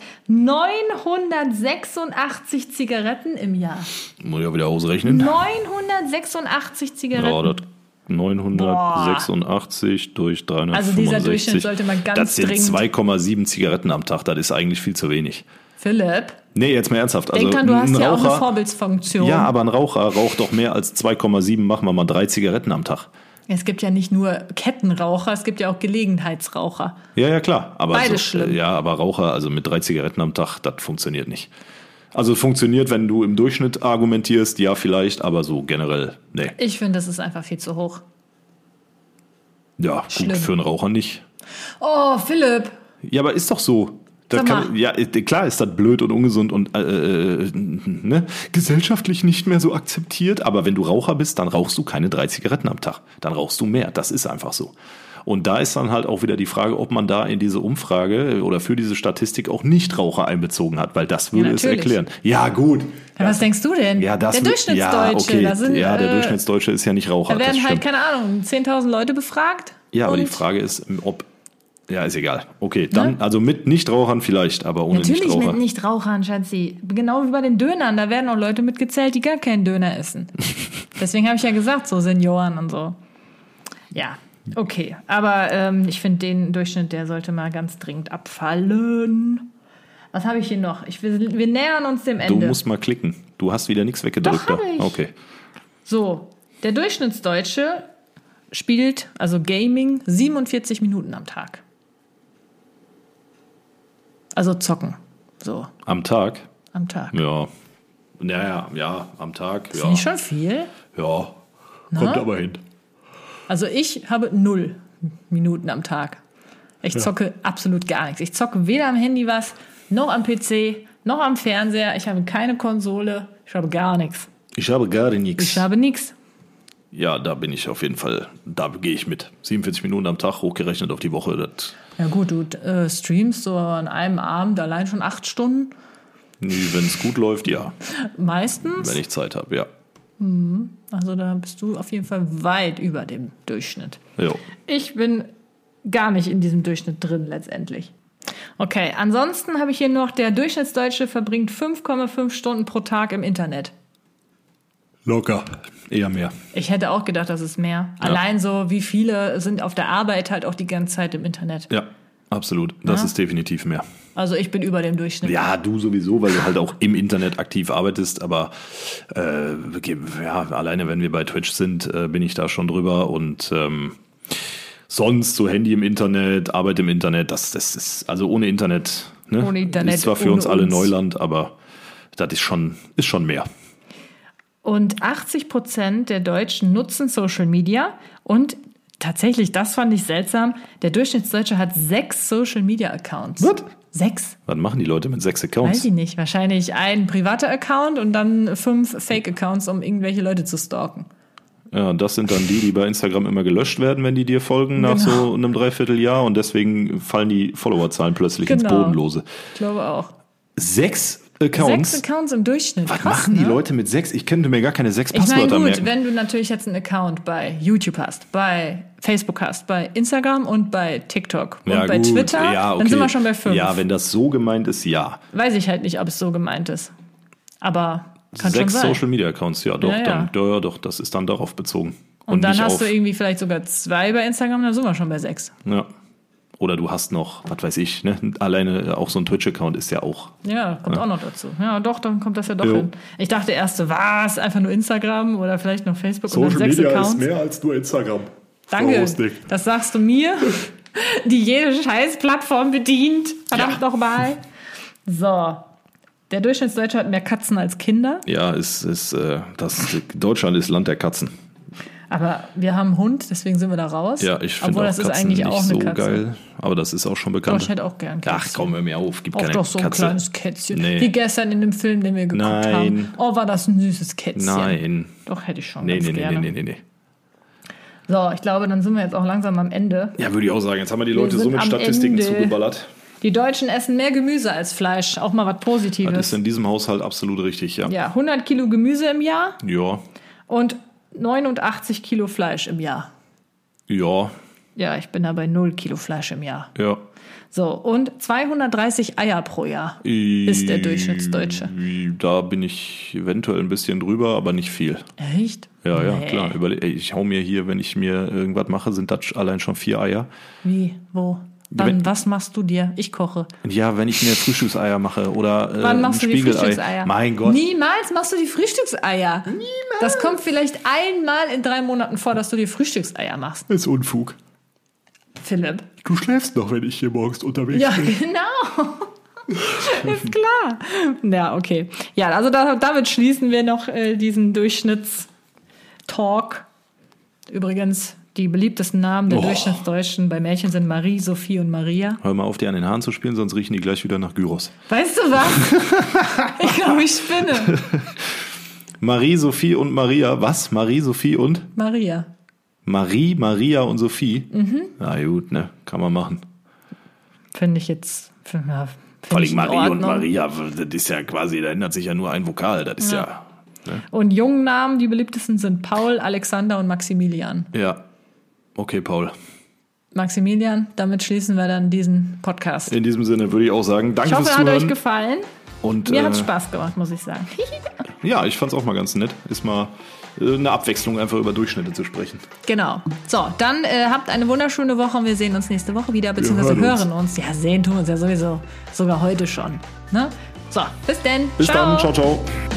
Speaker 2: 986 Zigaretten im Jahr.
Speaker 1: Muss ich auch wieder ausrechnen.
Speaker 2: 986 Zigaretten.
Speaker 1: Ja, das 986 durch 365.
Speaker 2: Also dieser Durchschnitt sollte man ganz dringend...
Speaker 1: Das sind 2,7 Zigaretten am Tag. Das ist eigentlich viel zu wenig.
Speaker 2: Philipp?
Speaker 1: Nee, jetzt mal ernsthaft.
Speaker 2: Denk dran, du hast ja auch eine Vorbildsfunktion.
Speaker 1: Ja, aber ein Raucher raucht doch mehr als 2,7, machen wir mal 3 Zigaretten am Tag.
Speaker 2: Es gibt ja nicht nur Kettenraucher, es gibt ja auch Gelegenheitsraucher.
Speaker 1: Ja, klar. Aber
Speaker 2: Beides schlimm.
Speaker 1: Ja, aber Raucher, also mit 3 Zigaretten am Tag, das funktioniert nicht. Also funktioniert, wenn du im Durchschnitt argumentierst, ja vielleicht, aber so generell, nee.
Speaker 2: Ich finde, das ist einfach viel zu hoch.
Speaker 1: Ja,
Speaker 2: Schlimm.
Speaker 1: gut, für einen Raucher nicht.
Speaker 2: Oh, Philipp.
Speaker 1: Ja, aber ist doch so.
Speaker 2: Sag mal.
Speaker 1: Ja, klar ist das blöd und ungesund und ne? Gesellschaftlich nicht mehr so akzeptiert, aber wenn du Raucher bist, dann rauchst du keine 3 Zigaretten am Tag. Dann rauchst du mehr. Das ist einfach so. Und da ist dann halt auch wieder die Frage, ob man da in diese Umfrage oder für diese Statistik auch Nichtraucher einbezogen hat, weil das würde es erklären. Ja, gut.
Speaker 2: Ja, was denkst du denn?
Speaker 1: Ja,
Speaker 2: der Durchschnittsdeutsche.
Speaker 1: Ja, okay.
Speaker 2: Da sind,
Speaker 1: der Durchschnittsdeutsche ist ja nicht Raucher.
Speaker 2: Da werden
Speaker 1: das
Speaker 2: halt,
Speaker 1: stimmt.
Speaker 2: keine Ahnung, 10.000 Leute befragt.
Speaker 1: Ja, aber die Frage ist, ob... Ja, ist egal. Okay, dann, also mit Nichtrauchern vielleicht, aber ohne
Speaker 2: Natürlich
Speaker 1: Nichtraucher.
Speaker 2: mit Nichtrauchern, Schatzi. Genau wie bei den Dönern, da werden auch Leute mitgezählt, die gar keinen Döner essen. Deswegen habe ich ja gesagt, so Senioren und so. Ja, okay. Aber ich finde, den Durchschnitt, der sollte mal ganz dringend abfallen. Was habe ich hier noch? Wir nähern uns dem Ende.
Speaker 1: Du musst mal klicken. Du hast wieder nichts weggedrückt.
Speaker 2: Doch, hab ich.
Speaker 1: Okay.
Speaker 2: So, der Durchschnittsdeutsche spielt, also Gaming, 47 Minuten am Tag. Also zocken. So.
Speaker 1: Am Tag?
Speaker 2: Am Tag.
Speaker 1: Ja. Ja, am Tag.
Speaker 2: Das
Speaker 1: Ja.
Speaker 2: finde ich schon viel.
Speaker 1: Ja. Kommt aber hin.
Speaker 2: Also ich habe 0 Minuten am Tag. Ich zocke absolut gar nichts. Ich zocke weder am Handy was, noch am PC, noch am Fernseher. Ich habe keine Konsole. Ich habe gar nichts.
Speaker 1: Ich habe gar nichts.
Speaker 2: Ich habe nichts.
Speaker 1: Ja, da bin ich auf jeden Fall, da gehe ich mit. 47 Minuten am Tag, hochgerechnet auf die Woche. Das
Speaker 2: Ja gut, du streamst so an einem Abend allein schon 8 Stunden.
Speaker 1: wenn es gut läuft, ja.
Speaker 2: Meistens.
Speaker 1: Wenn ich Zeit habe, ja.
Speaker 2: Also da bist du auf jeden Fall weit über dem Durchschnitt.
Speaker 1: Jo.
Speaker 2: Ich bin gar nicht in diesem Durchschnitt drin letztendlich. Okay, ansonsten habe ich hier noch, der Durchschnittsdeutsche verbringt 5,5 Stunden pro Tag im Internet.
Speaker 1: Locker. Eher mehr.
Speaker 2: Ich hätte auch gedacht, das ist mehr.
Speaker 1: Ja.
Speaker 2: Allein so, wie viele sind auf der Arbeit halt auch die ganze Zeit im Internet.
Speaker 1: Ja, absolut. Das
Speaker 2: Ja.
Speaker 1: ist definitiv mehr.
Speaker 2: Also ich bin über dem Durchschnitt.
Speaker 1: Ja, du sowieso, weil du halt auch im Internet aktiv arbeitest, aber ja, alleine wenn wir bei Twitch sind, bin ich da schon drüber und sonst so Handy im Internet, Arbeit im Internet, das ist, also ohne Internet, ne?
Speaker 2: Ohne Internet,
Speaker 1: ist zwar für
Speaker 2: ohne
Speaker 1: uns alle
Speaker 2: uns.
Speaker 1: Neuland, aber das ist schon mehr.
Speaker 2: Und 80% der Deutschen nutzen Social Media und tatsächlich, das fand ich seltsam, der Durchschnittsdeutsche hat 6 Social Media Accounts.
Speaker 1: Was?
Speaker 2: 6?
Speaker 1: Was machen die Leute mit 6
Speaker 2: Weiß
Speaker 1: Accounts?
Speaker 2: ich nicht. Wahrscheinlich ein privater Account und dann 5 Fake-Accounts, um irgendwelche Leute zu stalken.
Speaker 1: Ja, und das sind dann die bei Instagram immer gelöscht werden, wenn die dir folgen nach
Speaker 2: Genau.
Speaker 1: so einem Dreivierteljahr und deswegen fallen die Followerzahlen plötzlich ins
Speaker 2: Genau.
Speaker 1: Bodenlose.
Speaker 2: Ich glaube auch.
Speaker 1: 6 Accounts?
Speaker 2: 6 Accounts im Durchschnitt.
Speaker 1: Was
Speaker 2: Krass,
Speaker 1: machen die
Speaker 2: ne?
Speaker 1: Leute mit 6? Ich könnte mir gar keine 6
Speaker 2: Ich meine,
Speaker 1: Passwörter
Speaker 2: gut,
Speaker 1: merken.
Speaker 2: wenn du natürlich jetzt einen Account bei YouTube hast, bei Facebook hast, bei Instagram und bei TikTok und bei Twitter,
Speaker 1: ja, okay.
Speaker 2: dann sind wir schon bei 5.
Speaker 1: Ja, wenn das so gemeint ist, ja.
Speaker 2: Weiß ich halt nicht, ob es so gemeint ist. Aber kann
Speaker 1: 6
Speaker 2: schon sein.
Speaker 1: Social Media Accounts, ja doch,
Speaker 2: Ja, ja.
Speaker 1: Dann, doch, das ist dann darauf bezogen.
Speaker 2: Und dann
Speaker 1: nicht
Speaker 2: hast
Speaker 1: auf,
Speaker 2: du irgendwie vielleicht sogar 2 bei Instagram, dann sind wir schon bei 6.
Speaker 1: ja. Oder du hast noch, was weiß ich, ne? Alleine auch so ein Twitch-Account ist ja auch.
Speaker 2: Ja, kommt auch noch dazu. Ja, doch, dann kommt das ja doch
Speaker 1: Jo.
Speaker 2: hin. Ich dachte erst so, was? Einfach nur Instagram oder vielleicht noch Facebook und dann 6 Accounts.
Speaker 1: mehr als nur Instagram.
Speaker 2: Danke,
Speaker 1: Frau
Speaker 2: das sagst du mir, die jede scheiß Plattform bedient. Verdammt nochmal. So, der Durchschnittsdeutsche hat mehr Katzen als Kinder.
Speaker 1: Ja, Deutschland ist Land der Katzen.
Speaker 2: Aber wir haben einen Hund, deswegen sind wir da raus.
Speaker 1: Ja, ich finde
Speaker 2: Obwohl
Speaker 1: auch
Speaker 2: das ist
Speaker 1: Katzen
Speaker 2: eigentlich
Speaker 1: nicht
Speaker 2: auch eine
Speaker 1: so
Speaker 2: Katze.
Speaker 1: geil. Aber das ist auch schon
Speaker 2: Doch,
Speaker 1: bekannt.
Speaker 2: ich hätte auch gern Kätzchen.
Speaker 1: Ach komm, hör mir auf, gibt
Speaker 2: Auch
Speaker 1: keine
Speaker 2: doch so ein
Speaker 1: Katze.
Speaker 2: kleines Kätzchen.
Speaker 1: Nee.
Speaker 2: Wie gestern in dem Film, den wir geguckt
Speaker 1: Nein.
Speaker 2: haben. Oh, war das ein süßes Kätzchen.
Speaker 1: Nein.
Speaker 2: Doch, hätte ich schon
Speaker 1: Nee,
Speaker 2: ganz
Speaker 1: nee,
Speaker 2: gerne.
Speaker 1: nee.
Speaker 2: So, ich glaube, dann sind wir jetzt auch langsam am Ende.
Speaker 1: Ja, würde ich auch sagen. Jetzt haben wir die Leute
Speaker 2: sind
Speaker 1: so mit
Speaker 2: am
Speaker 1: Statistiken
Speaker 2: Ende.
Speaker 1: zugeballert.
Speaker 2: Die Deutschen essen mehr Gemüse als Fleisch. Auch mal was
Speaker 1: Das
Speaker 2: Positives.
Speaker 1: ist in diesem Haushalt absolut richtig, ja.
Speaker 2: Ja, 100 Kilo Gemüse im Jahr
Speaker 1: Ja.
Speaker 2: und 89 Kilo Fleisch im Jahr.
Speaker 1: Ja.
Speaker 2: Ja, ich bin da bei 0 Kilo Fleisch im Jahr.
Speaker 1: Ja.
Speaker 2: So, und 230 Eier pro Jahr ist der Durchschnittsdeutsche.
Speaker 1: Da bin ich eventuell ein bisschen drüber, aber nicht viel.
Speaker 2: Echt?
Speaker 1: Ja, ja,
Speaker 2: Nee.
Speaker 1: klar. Ich hau mir hier, wenn ich mir irgendwas mache, sind das allein schon 4 Eier.
Speaker 2: Wie? Wo? Was machst du dir? Ich koche.
Speaker 1: Ja, wenn ich mir Frühstückseier mache oder
Speaker 2: Wann machst du die Frühstückseier?
Speaker 1: Mein Gott.
Speaker 2: Niemals machst du die Frühstückseier. Niemals. Das kommt vielleicht einmal in 3 Monaten vor, dass du die Frühstückseier machst.
Speaker 1: Das ist Unfug.
Speaker 2: Philipp.
Speaker 1: Du schläfst noch, wenn ich hier morgens unterwegs bin.
Speaker 2: Ja, genau. Ist klar. Ja, okay. Ja, also damit schließen wir noch diesen Durchschnittstalk. Übrigens, die beliebtesten Namen der Durchschnittsdeutschen bei Mädchen sind Marie, Sophie und Maria.
Speaker 1: Hör mal auf, die an den Haaren zu spielen, sonst riechen die gleich wieder nach Gyros.
Speaker 2: Weißt du was? Ich glaube, ich spinne.
Speaker 1: Marie, Sophie und Maria. Was? Marie, Sophie und?
Speaker 2: Maria.
Speaker 1: Marie, Maria und Sophie? Na gut, ne? Kann man machen.
Speaker 2: Finde ich jetzt...
Speaker 1: Vor allem Marie und Maria, das ist ja quasi, da ändert sich ja nur ein Vokal. Das ist ja ne?
Speaker 2: Und jungen Namen, die beliebtesten sind Paul, Alexander und Maximilian.
Speaker 1: Ja. Okay, Paul.
Speaker 2: Maximilian, damit schließen wir dann diesen Podcast.
Speaker 1: In diesem Sinne würde ich auch sagen, danke fürs Zuhören.
Speaker 2: Ich hoffe, er hat euch gefallen.
Speaker 1: Und,
Speaker 2: mir hat es Spaß gemacht, muss ich sagen.
Speaker 1: Ja, ich fand es auch mal ganz nett. Ist mal eine Abwechslung, einfach über Durchschnitte zu sprechen.
Speaker 2: Genau. So, dann habt eine wunderschöne Woche und wir sehen uns nächste Woche wieder, beziehungsweise hören uns. Ja, sehen tun wir uns ja sowieso. Sogar heute schon. Ne? So, bis denn.
Speaker 1: Bis dann. Ciao, ciao.